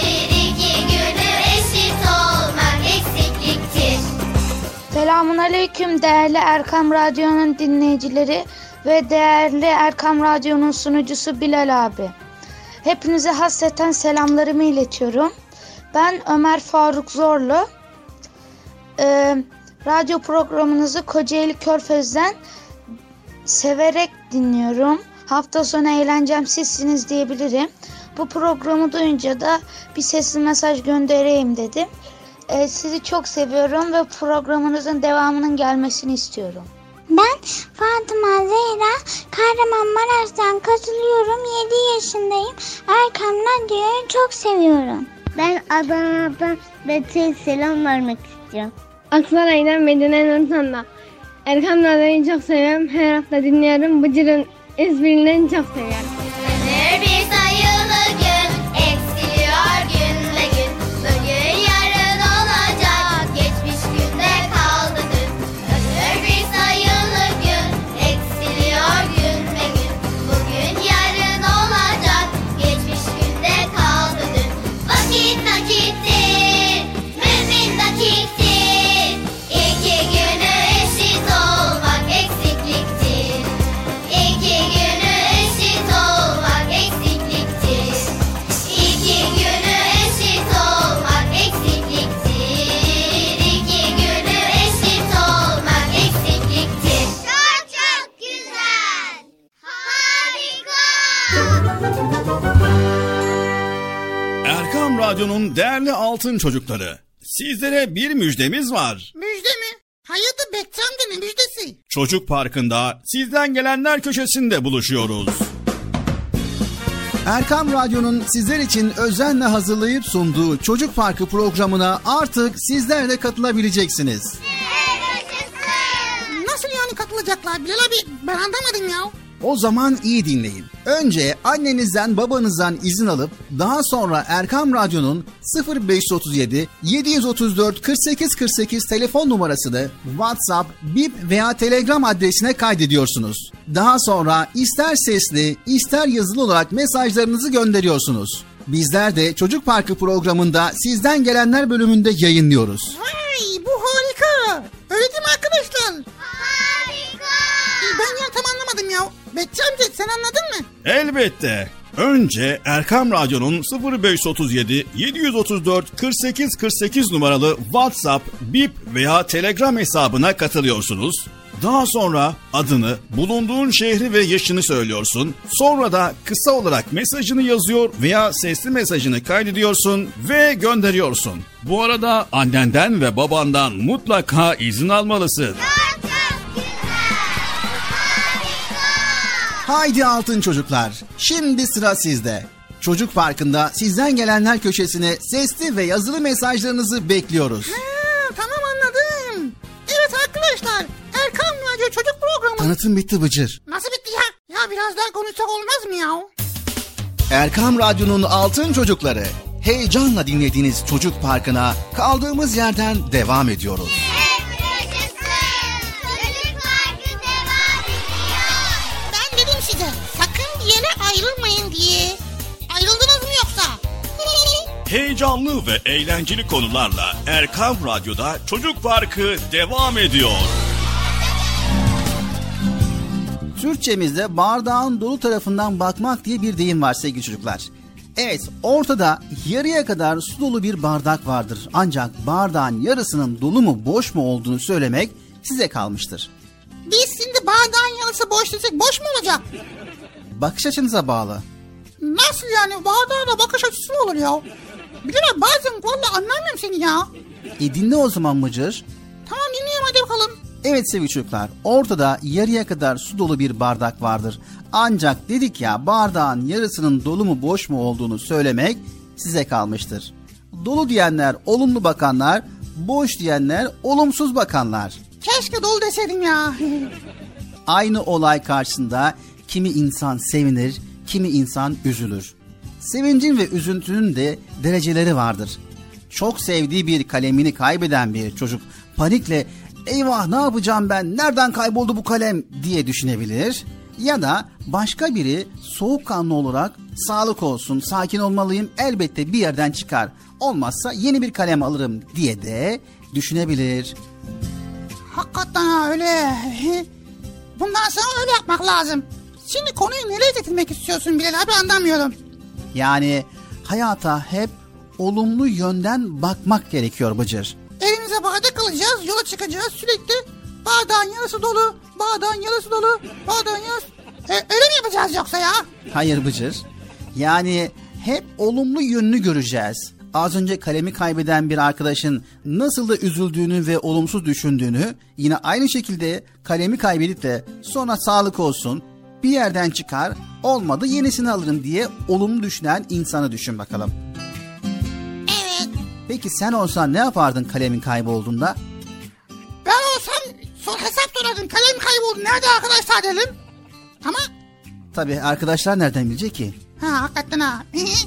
İki günü eşit olmak eksikliktir. Selamun aleyküm değerli Erkam Radyo'nun dinleyicileri ve değerli Erkam Radyo'nun sunucusu Bilal abi. Hepinize hasreten selamlarımı iletiyorum. Ben Ömer Faruk Zorlu. Radyo programınızı Kocaeli Körfez'den severek dinliyorum. Hafta sonu eğlencem sizsiniz diyebilirim. Bu programı duyunca da bir sesli mesaj göndereyim dedim. Sizi çok seviyorum ve programınızın devamının gelmesini istiyorum. Ben Fatıma Zehra, Kahramanmaraş'tan katılıyorum. 7 yaşındayım. Erkam Radyo'yu çok seviyorum. Ben Adana'dan Betül selam vermek istiyorum. Aksaray'dan Medine Nurtan'da. Erkam Radyo'yu çok seviyorum. Her hafta dinliyorum. Bıcır'ın esprilerini çok seviyorum. Ömür bir sayılı gün, eksiliyor günle gün. Bugün yarın olacak, geçmiş günde kaldı dün. Ömür bir sayılı gün, eksiliyor günle gün. Bugün yarın olacak, geçmiş günde kaldı dün. Vakit nakittir, mümin dakiktir. İki günü eşit olmak eksikliktir. İki günü eşit olmak eksikliktir. İki günü eşit olmak eksikliktir. İki günü eşit olmak eksikliktir. Çok çok güzel. Harika. Erkam Radyo'nun değerli altın çocukları, sizlere bir müjdemiz var. Müjde mi? Hayırdır Bekçi amca, ne müjdesi? Çocuk Parkı'nda sizden gelenler köşesinde buluşuyoruz. Erkam Radyo'nun sizler için özenle hazırlayıp sunduğu Çocuk Parkı programına artık sizler de katılabileceksiniz. Nasıl yani katılacaklar Bilal abi? Ben anlamadım ya. O zaman iyi dinleyin. Önce annenizden babanızdan izin alıp daha sonra Erkam Radyo'nun 0537 734 48 48 telefon numarasını WhatsApp, Bip veya Telegram adresine kaydediyorsunuz. Daha sonra ister sesli ister yazılı olarak mesajlarınızı gönderiyorsunuz. Bizler de Çocuk Parkı programında sizden gelenler bölümünde yayınlıyoruz. Vay, bu harika. Öyle değil mi arkadaşlar? Harika. Ben ya tam anlamadım ya. Bekçi amca sen anladın mı? Elbette. Önce Erkam Radyo'nun 0537 734 48 48 numaralı WhatsApp, Bip veya Telegram hesabına katılıyorsunuz. Daha sonra adını, bulunduğun şehri ve yaşını söylüyorsun. Sonra da kısa olarak mesajını yazıyor veya sesli mesajını kaydediyorsun ve gönderiyorsun. Bu arada annenden ve babandan mutlaka izin almalısın. Haydi altın çocuklar, şimdi sıra sizde. Çocuk Parkı'nda sizden gelenler köşesine sesli ve yazılı mesajlarınızı bekliyoruz. Tamam anladım. Evet arkadaşlar, Erkam Radyo Çocuk Programı. Tanıtım bitti Bıcır. Nasıl bitti ya? Ya biraz daha konuşsak olmaz mı ya? Erkam Radyo'nun altın çocukları, heyecanla dinlediğiniz Çocuk Parkı'na kaldığımız yerden devam ediyoruz. Ben dedim size, sakın bir yere ayrılmayın diye. Ayrıldınız mı yoksa? Heyecanlı ve eğlenceli konularla Erkam Radyo'da Çocuk Parkı devam ediyor. Türkçemizde bardağın dolu tarafından bakmak diye bir deyim var sevgili çocuklar. Evet, ortada yarıya kadar su dolu bir bardak vardır. Ancak bardağın yarısının dolu mu boş mu olduğunu söylemek size kalmıştır. Biz şimdi bardağın yarısı boş desek boş mu olacak? Bakış açınıza bağlı. Nasıl yani? Bardağa da bakış açısı mı olur ya? Bilal bazen vallahi anlamıyorum seni ya. Dinle o zaman Mıcır. Tamam dinliyorum hadi bakalım. Evet sevgili çocuklar, ortada yarıya kadar su dolu bir bardak vardır. Ancak dedik ya, bardağın yarısının dolu mu boş mu olduğunu söylemek size kalmıştır. Dolu diyenler olumlu bakanlar, boş diyenler olumsuz bakanlar. Keşke dolu deseydim ya. Aynı olay karşısında kimi insan sevinir, kimi insan üzülür. Sevincin ve üzüntünün de dereceleri vardır. Çok sevdiği bir kalemini kaybeden bir çocuk panikle "Eyvah, ne yapacağım ben, nereden kayboldu bu kalem?" diye düşünebilir. Ya da başka biri soğukkanlı olarak "Sağlık olsun, sakin olmalıyım, elbette bir yerden çıkar, olmazsa yeni bir kalem alırım" diye de düşünebilir. Hakikaten ha, öyle. Bundan sonra öyle yapmak lazım. Şimdi konuyu nereye getirmek istiyorsun Bilal abi, anlamıyorum. Yani hayata hep olumlu yönden bakmak gerekiyor Bıcır. Elimize elimize bardak alacağız, yola çıkacağız sürekli. Bardağın yarısı dolu, bardağın yarısı dolu, bardağın yarısı... öyle mi yapacağız yoksa ya? Hayır Bıcır. Yani hep olumlu yönünü göreceğiz. Az önce kalemi kaybeden bir arkadaşın nasıl da üzüldüğünü ve olumsuz düşündüğünü, yine aynı şekilde kalemi kaybedip de sonra sağlık olsun, bir yerden çıkar, olmadı yenisini alırım diye olumlu düşünen insanı düşün bakalım. Evet. Peki sen olsan ne yapardın kalemin kaybolduğunda? Ben olsam hesap sorardım. Kalem kayboldu. Nerede arkadaşlar dedim. Ama... Tabii arkadaşlar nereden bilecek ki? Ha hakikaten ha.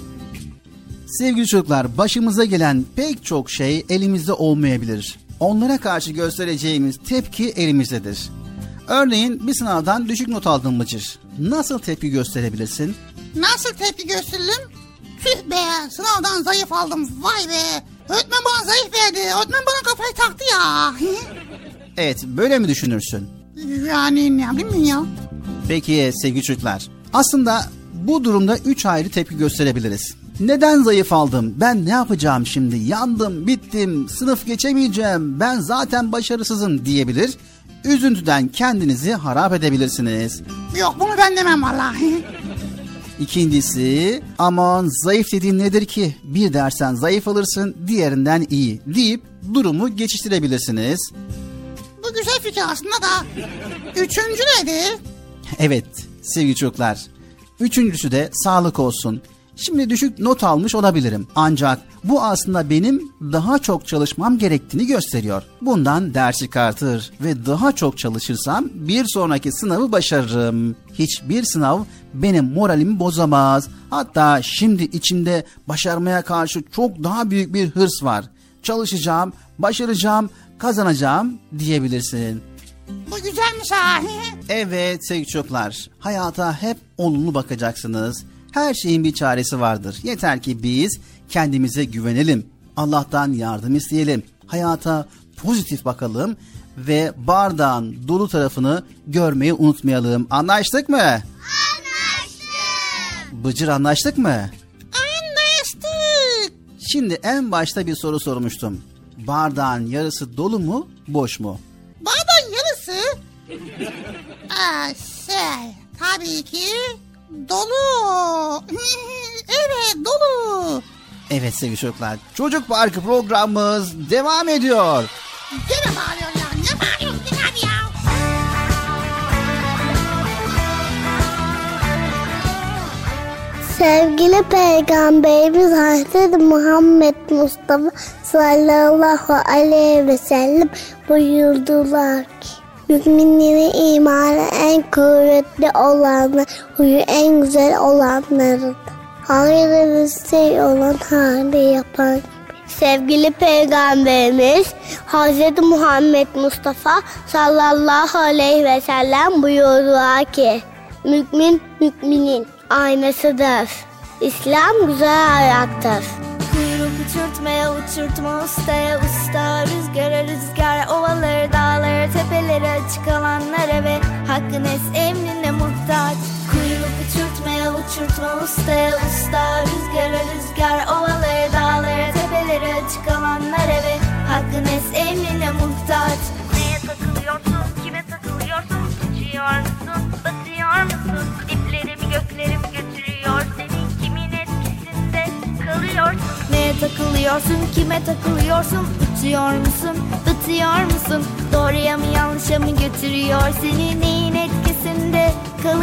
Sevgili çocuklar, başımıza gelen pek çok şey elimizde olmayabilir. Onlara karşı göstereceğimiz tepki elimizdedir. Örneğin bir sınavdan düşük not aldın Bıcır. Nasıl tepki gösterebilirsin? Nasıl tepki gösteririm? Tüh be, sınavdan zayıf aldım. Vay be. Öğretmen bana zayıf verdi. Öğretmen bana kafayı taktı ya. Evet, böyle mi düşünürsün? Yani ne bileyim ya. Peki sevgili çocuklar, aslında bu durumda 3 ayrı tepki gösterebiliriz. Neden zayıf aldım? Ben ne yapacağım şimdi? Yandım, bittim, sınıf geçemeyeceğim, ben zaten başarısızım diyebilir. Üzüntüden kendinizi harap edebilirsiniz. Yok, bunu ben demem vallahi. İkincisi, aman zayıf dediğin nedir ki? Bir dersen zayıf alırsın, diğerinden iyi deyip durumu geçiştirebilirsiniz. Bu güzel fikir aslında da. Üçüncü nedir? Evet sevgili çocuklar. Üçüncüsü de sağlık olsun. Şimdi düşük not almış olabilirim. Ancak bu aslında benim daha çok çalışmam gerektiğini gösteriyor. Bundan ders çıkartır ve daha çok çalışırsam bir sonraki sınavı başarırım. Hiçbir sınav benim moralimi bozamaz. Hatta şimdi içimde başarmaya karşı çok daha büyük bir hırs var. Çalışacağım, başaracağım, kazanacağım diyebilirsin. Bu güzelmiş ha. Evet sevgili çocuklar, hayata hep olumlu bakacaksınız. Her şeyin bir çaresi vardır. Yeter ki biz kendimize güvenelim. Allah'tan yardım isteyelim. Hayata pozitif bakalım ve bardağın dolu tarafını görmeyi unutmayalım. Anlaştık mı? Anlaştık. Bıcır, anlaştık mı? Anlaştık. Şimdi en başta bir soru sormuştum. Bardağın yarısı dolu mu, boş mu? Bardağın yarısı? Tabii ki dolu. Evet, dolu. Evet sevgili çocuklar, Çocuk Parkı programımız devam ediyor. Gene bağırıyor ya. Ne bağırıyorsun abi ya? Sevgili Peygamberimiz Hazreti Muhammed Mustafa sallallahu aleyhi ve sellem buyurdular ki, müminlerin imanı en kuvvetli olanlar, huyu en güzel olanlarıdır. Hayırlı bir şey olan hali yapar gibi. Sevgili Peygamberimiz Hazreti Muhammed Mustafa sallallahu aleyhi ve sellem buyurdular ki, mümin müminin aynasıdır. İslam güzel ayaktır. Kuyruk uçurtmaya uçurtma, ustaya usta, rüzgara rüzgar, ovaları dağları tepeleri açık alanlara ve hakkın emrine muhtaç. Kuyruk uçurtmaya uçurtma, ustaya usta, rüzgara rüzgar, ovaları dağları tepeleri açık alanlara ve hakkın emrine muhtaç. Neye takılıyorsun, kime takılıyorsun, uçuyor musun, batıyor musun, diplerimi göklerimi götürüyor seni, kimin etkisinde kalıyorsun? Neye takılıyorsun, kime takılıyorsun, uçuyor musun, batıyor musun, doğruya mı yanlışa mı götürüyor seni, neyin etkisinde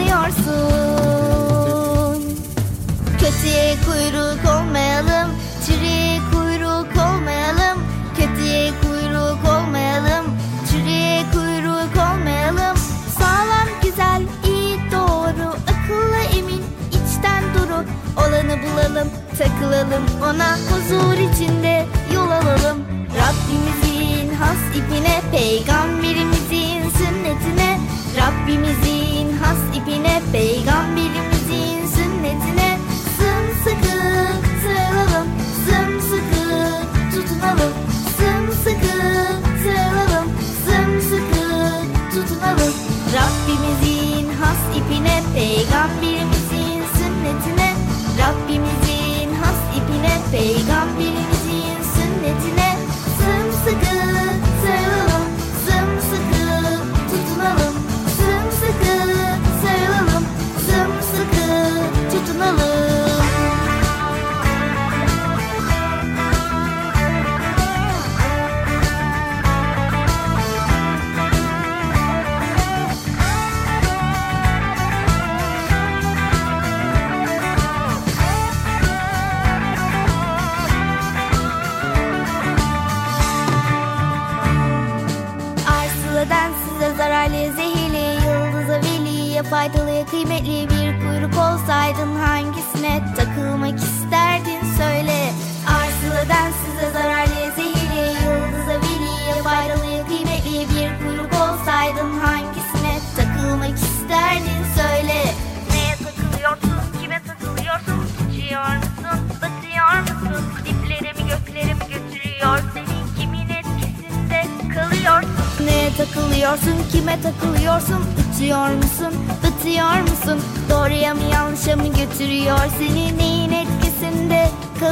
kalıyorsun? Kötüye kuyruk olmayalım, çürüye kuyruk olmayalım, kötüye kuyruk olmayalım, çürüye kuyruk olmayalım. Sağlam, güzel, iyi, doğru, akıllı, emin, içten duru olanı bulalım, takılalım ona, huzur içinde yol alalım. Rabbimizin has ipine, peygamberimizin sünnetine, Rabbimizin has ipine, peygamberimizin sünnetine sımsıkı sarılalım, sımsıkı tutunalım, sımsıkı sarılalım, sımsıkı tutunalım. Rabbimizin has ipine, peygamberimizin sünnetine, Rabbimizin has ipine, peygamberimizin sünnetine sımsıkı faydalıya kıymetli bir kuyruk olsaydın hangisine takılmak isterdin söyle. Arsıla densize zararlıya zehirli, yıldıza veliye faydalıya kıymetli bir kuyruk olsaydın hangisine takılmak isterdin söyle. Neye takılıyorsun, kime takılıyorsun? Uçuyor musun, batıyor musun? Diplere mi göklere mi götürüyor seni? Kimin etkisinde kalıyorsun? Neye takılıyorsun, kime takılıyorsun? Uçuyor musun, batıyor musun? Doğruya mı yanlışa mı götürüyor seni? Neyin etkisinde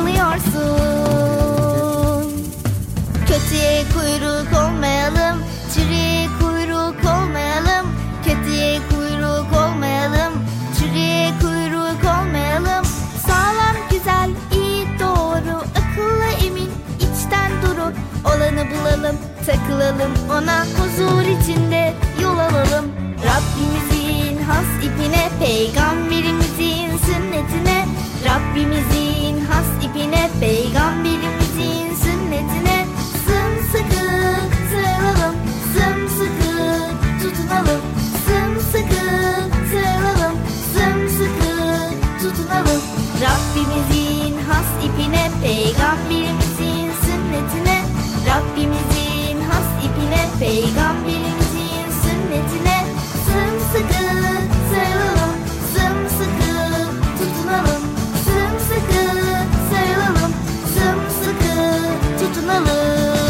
kalıyorsun? Kötüye kuyruk olmayalım, çürüye kuyruk olmayalım. Kötüye kuyruk olmayalım, çürüye kuyruk olmayalım. Sağlam, güzel, iyi, doğru, akıllı, emin, içten duru olanı bulalım, takılalım ona, huzur içinde yol alalım. Rabbimizin has ipine, peygamberimizin sünnetine. Rabbimizin has ipine, peygamberimizin sünnetine sımsıkı sarılalım, sımsıkı tutunalım, sımsıkı sarılalım, sımsıkı tutunalım. Rabbimizin has ipine, peygamberimizin sünnetine. Rabbimizin has ipine, peygamberimizin sünnetine sımsıkı sarılalım, sımsıkı tutunalım, sımsıkı sarılalım, sımsıkı tutunalım.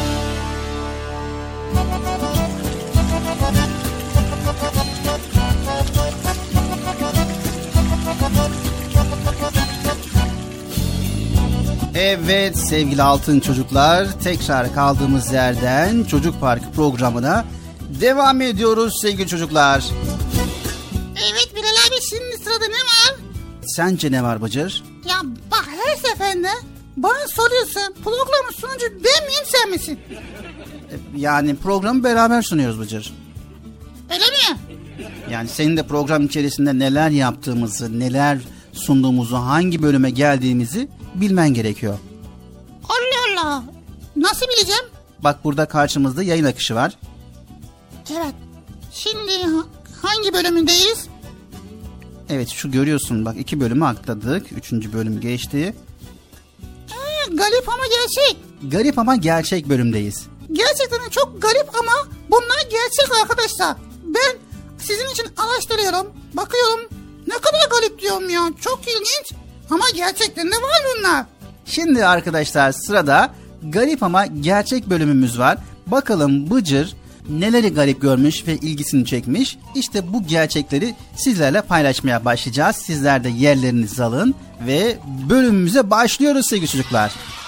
Evet sevgili altın çocuklar, tekrar kaldığımız yerden Çocuk Parkı programına devam ediyoruz sevgili çocuklar. Evet Bilal abi, şimdi sırada ne var? Sence ne var Bıcır? Ya bak, her seferinde bana soruyorsun, programın sunucu ben miyim sen misin? Yani programı beraber sunuyoruz Bıcır. Öyle mi? Yani senin de program içerisinde neler yaptığımızı, neler sunduğumuzu, hangi bölüme geldiğimizi bilmen gerekiyor. Allah Allah. Nasıl bileceğim? Bak burada karşımızda yayın akışı var. Evet. Şimdi hangi bölümündeyiz? Evet, şu görüyorsun bak, 2 bölümü atladık. 3. bölüm geçti. Garip ama gerçek. Garip ama gerçek bölümdeyiz. Gerçekten çok garip ama bunlar gerçek arkadaşlar. Ben sizin için araştırıyorum, bakıyorum. Ne kadar garip diyorum ya. Çok ilginç. Ama gerçekten de var bunlar. Şimdi arkadaşlar sırada garip ama gerçek bölümümüz var. Bakalım Bıcır neleri garip görmüş ve ilgisini çekmiş. İşte bu gerçekleri sizlerle paylaşmaya başlayacağız. Sizler de yerlerinizi alın ve bölümümüze başlıyoruz sevgili çocuklar.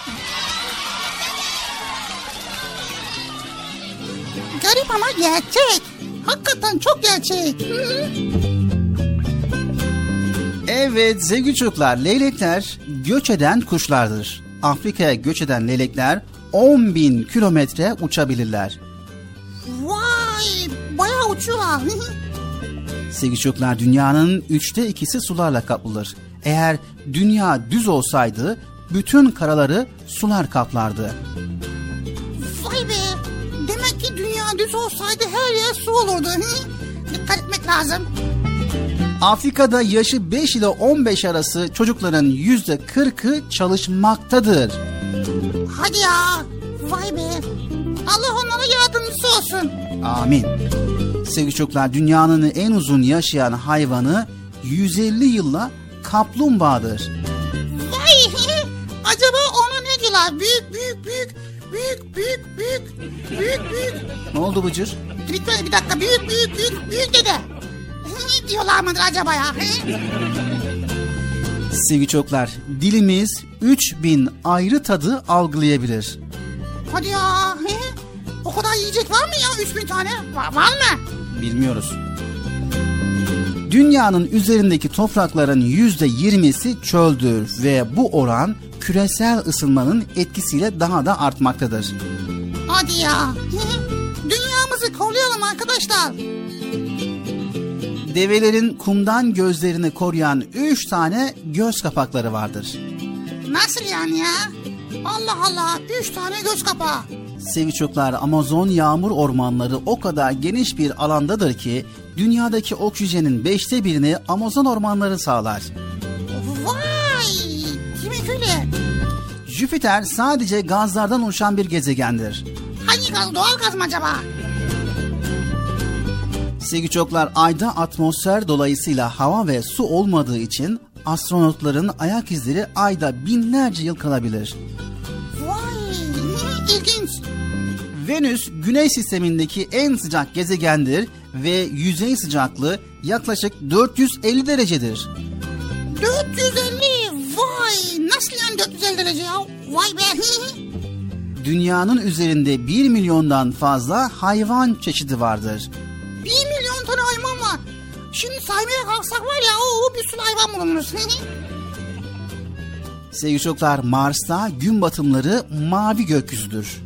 Garip ama gerçek. Hakikaten çok gerçek. Evet sevgili çocuklar, leylekler göç eden kuşlardır. Afrika'ya göç eden leylekler 10.000 kilometre uçabilirler. Vay, bayağı uçuyorlar. Sevgili çocuklar, dünyanın 3'te 2'si sularla kaplıdır. Eğer dünya düz olsaydı bütün karaları sular kaplardı. Vay be, demek ki dünya düz olsaydı her yer su olurdu. Dikkat etmek lazım. Afrika'da yaşı 5 ile 15 arası çocukların %40'ı çalışmaktadır. Hadi ya, vay be. Allah onlara yardımcısı olsun. Amin. Sevgili çocuklar, dünyanın en uzun yaşayan hayvanı 150 yılla kaplumbağadır. Vay, acaba ona ne diyorlar? Büyük büyük büyük büyük büyük büyük büyük büyük. Ne oldu Bıcır? Bir dakika, büyük büyük büyük büyük dede. Ne diyorlar mıdır acaba ya? Sevgili çocuklar, dilimiz 3000 ayrı tadı algılayabilir. Hadi ya, o kadar yiyecek var mı ya, 3000 tane? Var mı? Bilmiyoruz. Dünyanın üzerindeki toprakların %20'si çöldür ve bu oran küresel ısınmanın etkisiyle daha da artmaktadır. Hadi ya, dünyamızı koruyalım arkadaşlar. Develerin kumdan gözlerini koruyan 3 tane göz kapakları vardır. Nasıl yani ya? Allah Allah, 3 tane göz kapağı. Sevgili çocuklar, Amazon yağmur ormanları o kadar geniş bir alandadır ki dünyadaki oksijenin 1/5'ini Amazon ormanları sağlar. Vay! Demek öyle. Jüpiter sadece gazlardan oluşan bir gezegendir. Hangi gaz? Doğal gaz mı acaba? Sevgili çocuklar, Ay'da atmosfer dolayısıyla hava ve su olmadığı için astronotların ayak izleri Ay'da binlerce yıl kalabilir. Vay! İlginç. Venüs, Güneş sistemindeki en sıcak gezegendir ve yüzey sıcaklığı yaklaşık 450 derecedir. 450! Vay! Nasıl yani 450 derece ya? Vay be! Dünyanın üzerinde 1 milyondan fazla hayvan çeşidi vardır. 1 milyon tane hayvan var. Şimdi saymaya kalksak var ya, bir sürü hayvan bulunur. Sevgili çocuklar, Mars'ta gün batımları mavi gökyüzüdür.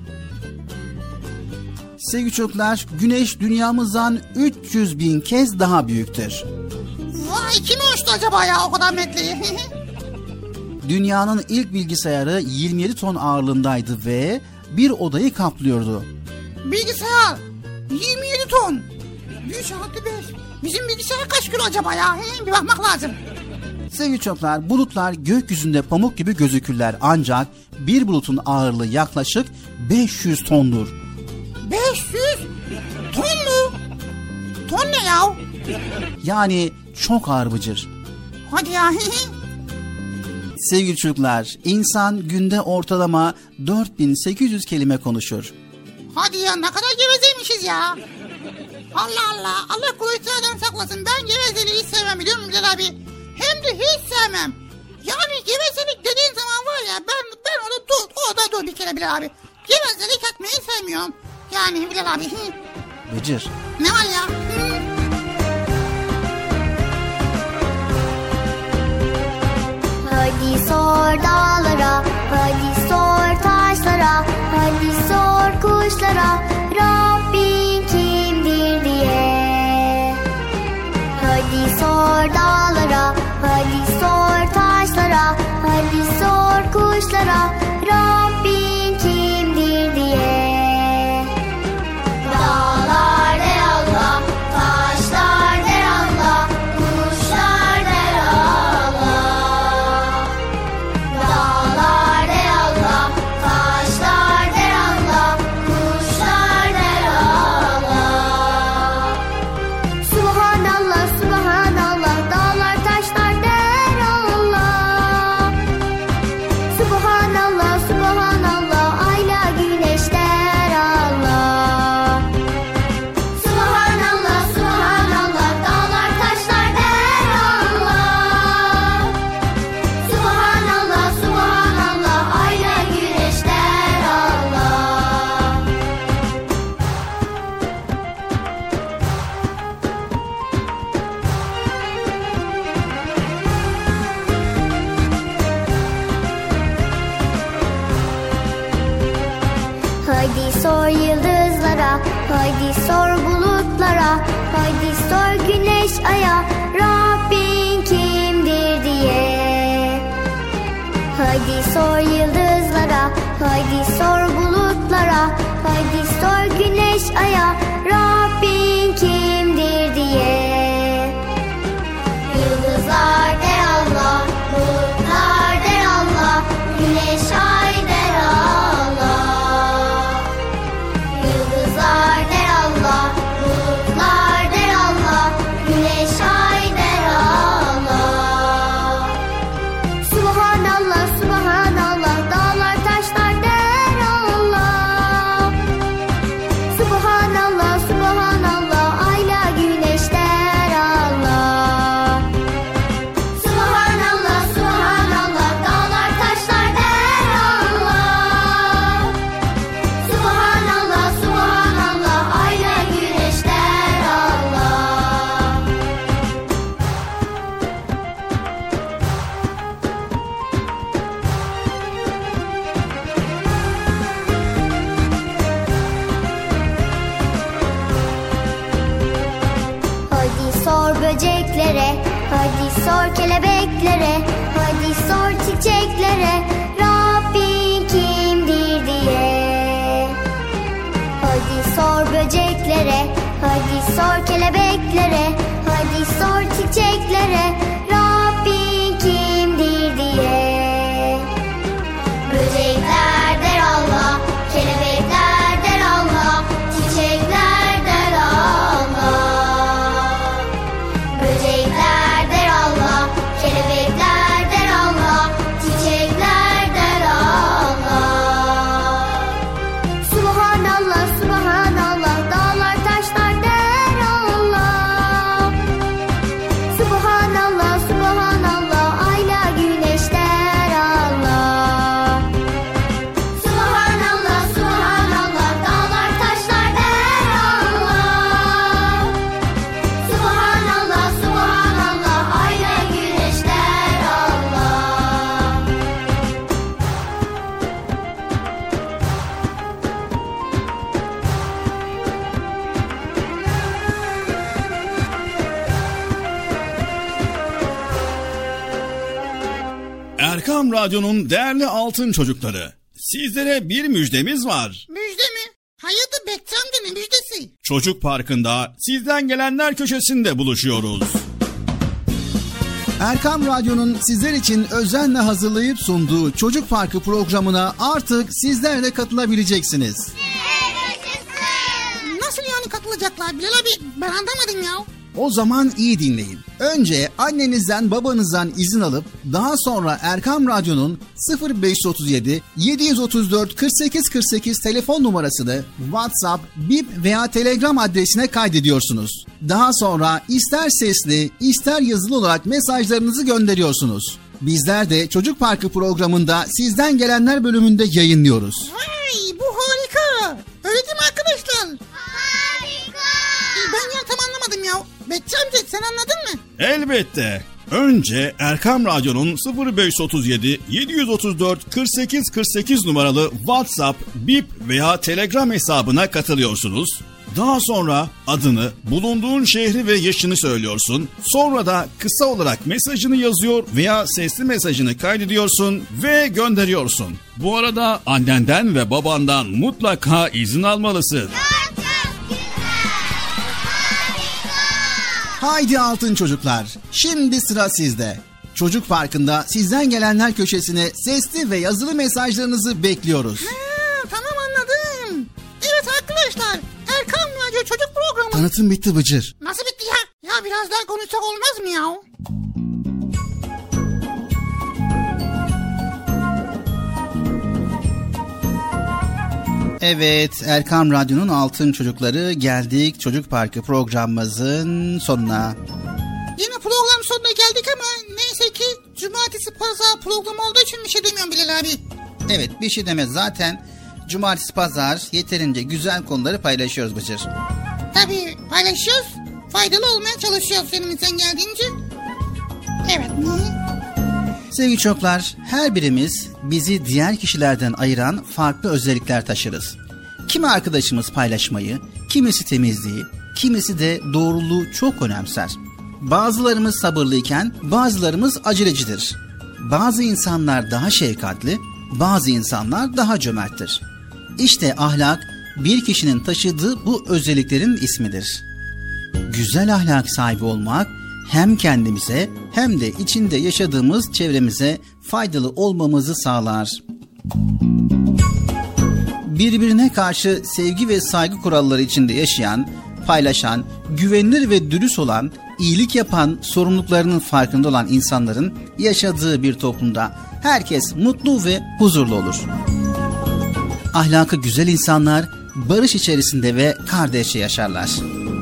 Sevgili çocuklar, Güneş dünyamızdan 300.000 kez daha büyüktür. Vay, kim ölçtü acaba ya o kadar metreyi? Dünyanın ilk bilgisayarı 27 ton ağırlığındaydı ve bir odayı kaplıyordu. Bilgisayar 27 ton. 1/5. Bizim bilgisayar kaç kilo acaba ya? Bir bakmak lazım. Sevgili çocuklar, bulutlar gökyüzünde pamuk gibi gözükürler ancak bir bulutun ağırlığı yaklaşık 500 tondur. 500 ton mu? Ton ne ya? Yani çok ağır bıcır. Hadi ya. Sevgili çocuklar, insan günde ortalama 4800 kelime konuşur. Hadi ya, ne kadar gevezeymişiz ya. Allah Allah, Allah kuvvetlerden saklasın. Ben gevezeliği sevmem, biliyor musun Bilal abi? Hem de hiç sevmem. Yani gevezelik dediğin zaman var ya, ben orada dur bir kere Bilal abi. Gevezelik etmeyi sevmiyorum. Yani Bilal abi. Bıcır. Ne var ya? Hadi sor dağlara, hadi sor taşlara, hadi sor kuşlara, Rabbin kimdir diye. Hadi sor dağlara, hadi sor taşlara, hadi sor kuşlara, Rabbin kimdir diye. Dağlar der Allah, taşlar der Allah, kuşlar der Allah. Dağlar der Allah, taşlar der Allah, kuşlar der Allah. Subhanallah, subhanallah, dağlar taşlar der Allah. Subhanallah, subhanallah, ayla güneş der Allah. Subhanallah, subhanallah, dağlar taşlar der Allah. Subhanallah, subhanallah, ayla güneş der Allah. Haydi sor yıldızlara, haydi sor bulutlara, haydi sor güneş aya, Rabbin kimdir diye. Haydi sor yıldızlara, haydi sor bulutlara, haydi sor güneş aya, Rabbin kimdir diye. Yıldızlar der Allah, bulutlar der Allah, güneş ay der Allah. Yıldızlar der Allah, bulutlar der Allah, güneş ay der Allah. Subhanallah, subhanallah, dağlar taşlar der Allah. Subhanallah, subhanallah, ayla güneş der Allah. Subhanallah, subhanallah, dağlar taşlar der Allah. Subhanallah, subhanallah, ayla güneş der Allah. Hadi sor böceklere, hadi sor kelebeklere, hadi sor çiçeklere, Rabbin kimdir diye. sor böceklere, hadi sor kelebeklere, hadi sor çiçeklere, Rabbin kimdir diye. Böcekler der Allah, kelebekler der Allah, çiçekler der Allah. Böcekler der Allah, kelebekler der Allah, çiçekler der Allah. Subhanallah, subhanallah, dağlar taşlar der Allah. Subhanallah, subhanallah, ayla güneş der Allah. Subhanallah, subhanallah, dağlar taşlar der Allah. Subhanallah, subhanallah, ayla güneş der Allah. Erkam Radyo'nun değerli altın çocukları, sizlere bir müjdemiz var. Müjde mi? Hayırdır Bekçi amca, ne müjdesi? Çocuk Parkı'nda sizden gelenler köşesinde buluşuyoruz. Erkam Radyo'nun sizler için özenle hazırlayıp sunduğu Çocuk Parkı programına artık sizler de katılabileceksiniz. Nasıl yani katılacaklar Bilal abi? Ben anlamadım ya. O zaman iyi dinleyin. Önce annenizden babanızdan izin alıp daha sonra Erkam Radyo'nun 0537 734 48 48 telefon numarasını WhatsApp, Bip veya Telegram adresine kaydediyorsunuz. Daha sonra ister sesli ister yazılı olarak mesajlarınızı gönderiyorsunuz. Bizler de Çocuk Parkı programında sizden gelenler bölümünde yayınlıyoruz. Vay, bu harika. Öyle değil mi arkadaşlar? Harika. Ben ya tam anlamadım ya. Bekçi amca sen anladın mı? Elbette. Önce Erkam Radyo'nun 0537 734 48 48 numaralı WhatsApp, Bip veya Telegram hesabına katılıyorsunuz. Daha sonra adını, bulunduğun şehri ve yaşını söylüyorsun. Sonra da kısa olarak mesajını yazıyor veya sesli mesajını kaydediyorsun ve gönderiyorsun. Bu arada annenden ve babandan mutlaka izin almalısın. Haydi altın çocuklar, şimdi sıra sizde. Çocuk Parkı'nda sizden gelenler köşesine sesli ve yazılı mesajlarınızı bekliyoruz. Tamam anladım. Evet arkadaşlar, Erkam Radyo Çocuk Programı. Tanıtım bitti Bıcır. Nasıl bitti ya? Ya biraz daha konuşsak olmaz mı ya? Evet, Erkam Radyo'nun altın çocukları, geldik Çocuk Parkı programımızın sonuna. Yine program sonuna geldik ama neyse ki cumartesi pazar programı olduğu için bir şey demiyorum Bilal abi. Evet, bir şey demez zaten. Cumartesi pazar yeterince güzel konuları paylaşıyoruz Bıcır. Tabii paylaşıyoruz. Faydalı olmaya çalışıyoruz elimizden geldiğince. Evet. Sevgili çocuklar, her birimiz bizi diğer kişilerden ayıran farklı özellikler taşırız. Kimi arkadaşımız paylaşmayı, kimisi temizliği, kimisi de doğruluğu çok önemser. Bazılarımız sabırlıyken bazılarımız acelecidir. Bazı insanlar daha şefkatli, bazı insanlar daha cömerttir. İşte ahlak bir kişinin taşıdığı bu özelliklerin ismidir. Güzel ahlak sahibi olmak hem kendimize hem de içinde yaşadığımız çevremize faydalı olmamızı sağlar. Birbirine karşı sevgi ve saygı kuralları içinde yaşayan, paylaşan, güvenilir ve dürüst olan, iyilik yapan, sorumluluklarının farkında olan insanların yaşadığı bir toplumda herkes mutlu ve huzurlu olur. Ahlakı güzel insanlar barış içerisinde ve kardeşçe yaşarlar.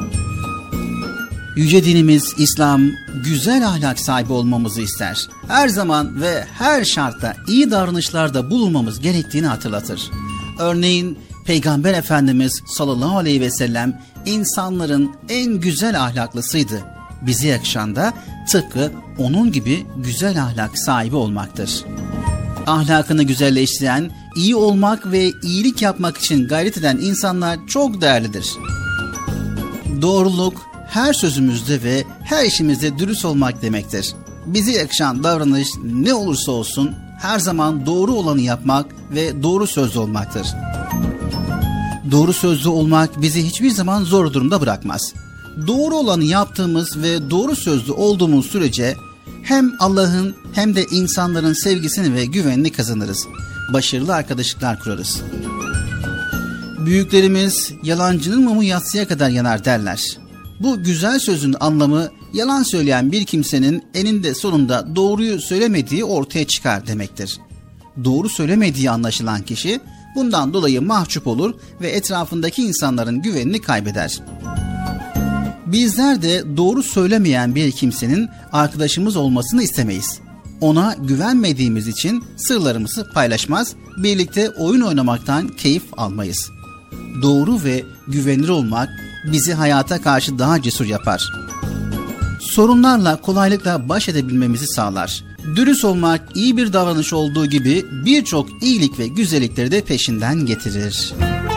Yüce dinimiz İslam güzel ahlak sahibi olmamızı ister. Her zaman ve her şartta iyi davranışlarda bulunmamız gerektiğini hatırlatır. Örneğin Peygamber Efendimiz sallallahu aleyhi ve sellem insanların en güzel ahlaklısıydı. Bize yakışan da tıpkı onun gibi güzel ahlak sahibi olmaktır. Ahlakını güzelleştiren, iyi olmak ve iyilik yapmak için gayret eden insanlar çok değerlidir. Doğruluk her sözümüzde ve her işimizde dürüst olmak demektir. Bize yakışan davranış ne olursa olsun her zaman doğru olanı yapmak ve doğru sözlü olmaktır. Doğru sözlü olmak bizi hiçbir zaman zor durumda bırakmaz. Doğru olanı yaptığımız ve doğru sözlü olduğumuz sürece hem Allah'ın hem de insanların sevgisini ve güvenini kazanırız. Başarılı arkadaşlıklar kurarız. Büyüklerimiz yalancının mumu yatsıya kadar yanar derler. Bu güzel sözün anlamı yalan söyleyen bir kimsenin eninde sonunda doğruyu söylemediği ortaya çıkar demektir. Doğru söylemediği anlaşılan kişi bundan dolayı mahcup olur ve etrafındaki insanların güvenini kaybeder. Bizler de doğru söylemeyen bir kimsenin arkadaşımız olmasını istemeyiz. Ona güvenmediğimiz için sırlarımızı paylaşmaz, birlikte oyun oynamaktan keyif almayız. Doğru ve güvenilir olmak bizi hayata karşı daha cesur yapar. Sorunlarla kolaylıkla baş edebilmemizi sağlar. Dürüst olmak iyi bir davranış olduğu gibi birçok iyilik ve güzellikleri de peşinden getirir.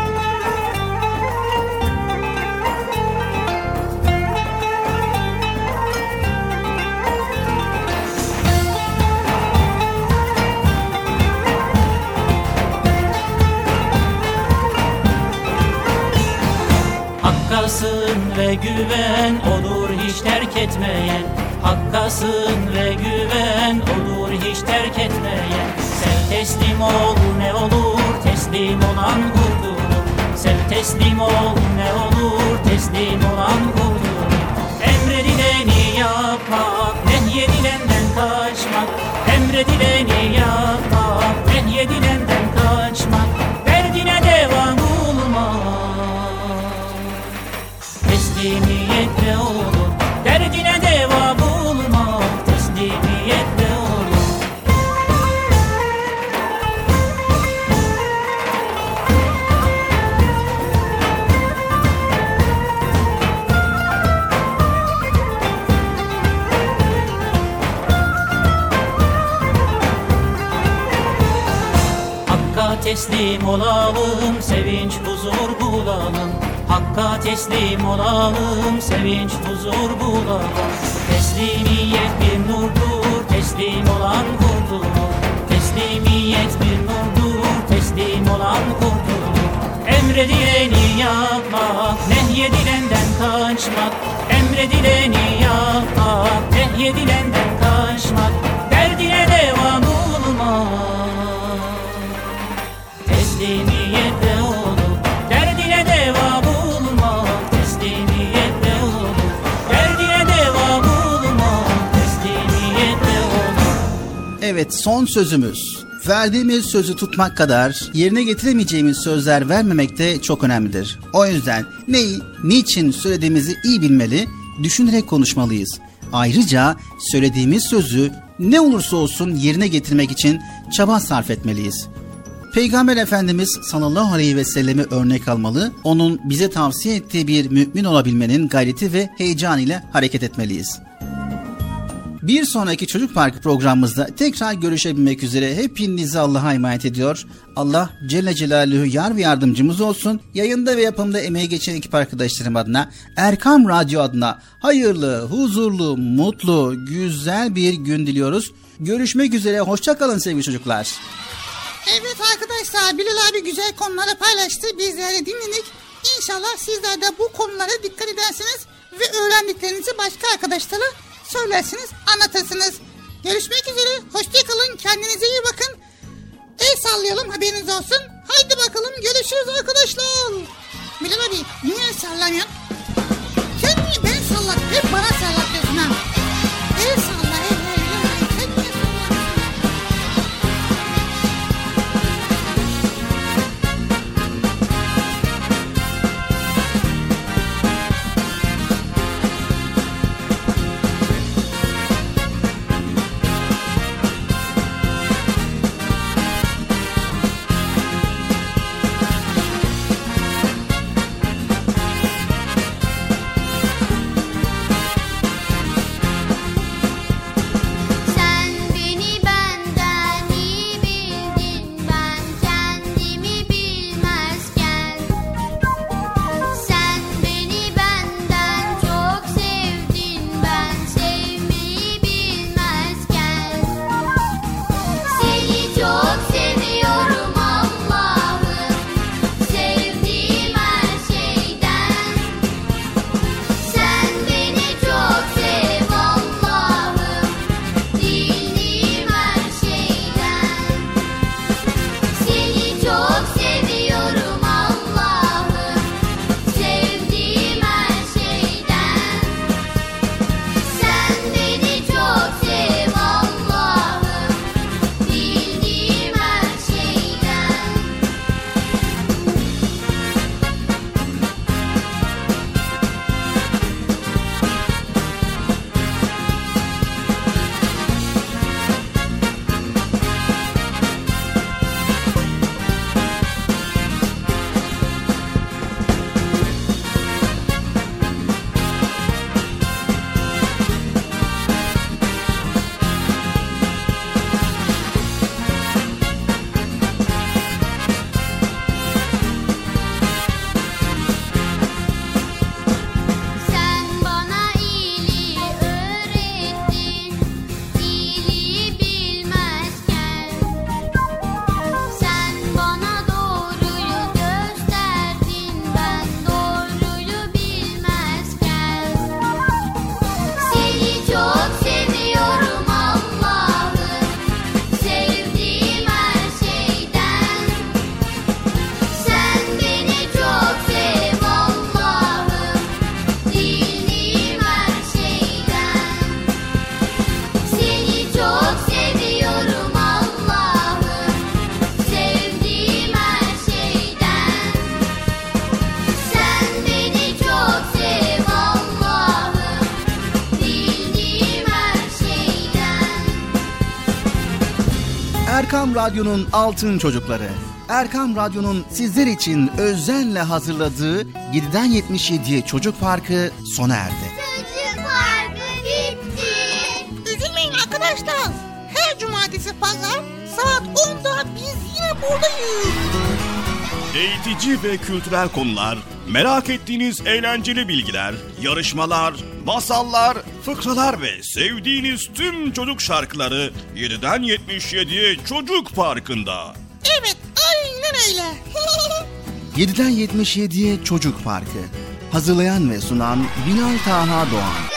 Hakkasın ve güven olur hiç terk etmeyen. Hakkasın ve güven olur hiç terk etmeyen. Sev teslim ol ne olur teslim olan kurtulur. Sev teslim ol ne olur teslim olan kurtulur. Emredileni yapmak nehyedilenden kaçmak. Emredileni yapmak nehyedilenden kaçmak. Derdine devam bulmak teslimiyetle olur. Derdine deva bulmak teslimiyetle olur. Hakka teslim olalım, sevinç huzur bulalım. Hakka teslim olalım, sevinç huzur bulalım. Teslimiyet bir nurdur, teslim olan kurtulur. Teslimiyet bir nurdur, teslim olan kurtulur. Emredileni yapmak, nehyedilenden kaçmak. Emredileni yapmak, nehyedilenden kaçmak. Derdine devam bulmak teslimiyetle olur. Derdine devam bulmak teslimiyetle olur. Derdine devam bulmak teslimiyetle olur. Evet, son sözümüz. Verdiğimiz sözü tutmak kadar yerine getiremeyeceğimiz sözler vermemek de çok önemlidir. O yüzden neyi, niçin söylediğimizi iyi bilmeli, düşünerek konuşmalıyız. Ayrıca söylediğimiz sözü ne olursa olsun yerine getirmek için çaba sarf etmeliyiz. Peygamber Efendimiz sallallahu aleyhi ve sellemi örnek almalı, onun bize tavsiye ettiği bir mümin olabilmenin gayreti ve heyecanı ile hareket etmeliyiz. Bir sonraki Çocuk Parkı programımızda tekrar görüşebilmek üzere hepinizi Allah'a emanet ediyor. Allah Celle Celaluhu yar ve yardımcımız olsun. Yayında ve yapımda emeği geçen ekip arkadaşlarım adına, Erkam Radyo adına hayırlı, huzurlu, mutlu, güzel bir gün diliyoruz. Görüşmek üzere, hoşça kalın sevgili çocuklar. Evet arkadaşlar, Bilal abi güzel konuları paylaştı. Bizler de dinledik. İnşallah sizler de bu konulara dikkat edersiniz ve öğrendiklerinizi başka arkadaşlara söylersiniz, anlatırsınız. Görüşmek üzere, hoşçakalın, kendinize iyi bakın. El sallayalım, haberiniz olsun. Haydi bakalım, görüşürüz arkadaşlar. Bilal abi, niye el sallamıyorsun? Kendini ben sallat, hep bana sallatıyorsun ha. El salla, el. Erkam Radyo'nun altın çocukları. Erkam Radyo'nun sizler için özenle hazırladığı 7'den 77'ye Çocuk Parkı sona erdi. Çocuk Parkı bitti. Üzülmeyin arkadaşlar. Her cumartesi pazar saat 10'da biz yine buradayız. Eğitici ve kültürel konular, merak ettiğiniz eğlenceli bilgiler, yarışmalar, masallar, fıkralar ve sevdiğiniz tüm çocuk şarkıları 7'den 77'ye Çocuk Parkı'nda. Evet, aynen öyle. 7'den 77'ye Çocuk Parkı. Hazırlayan ve sunan Binal Taha Doğan.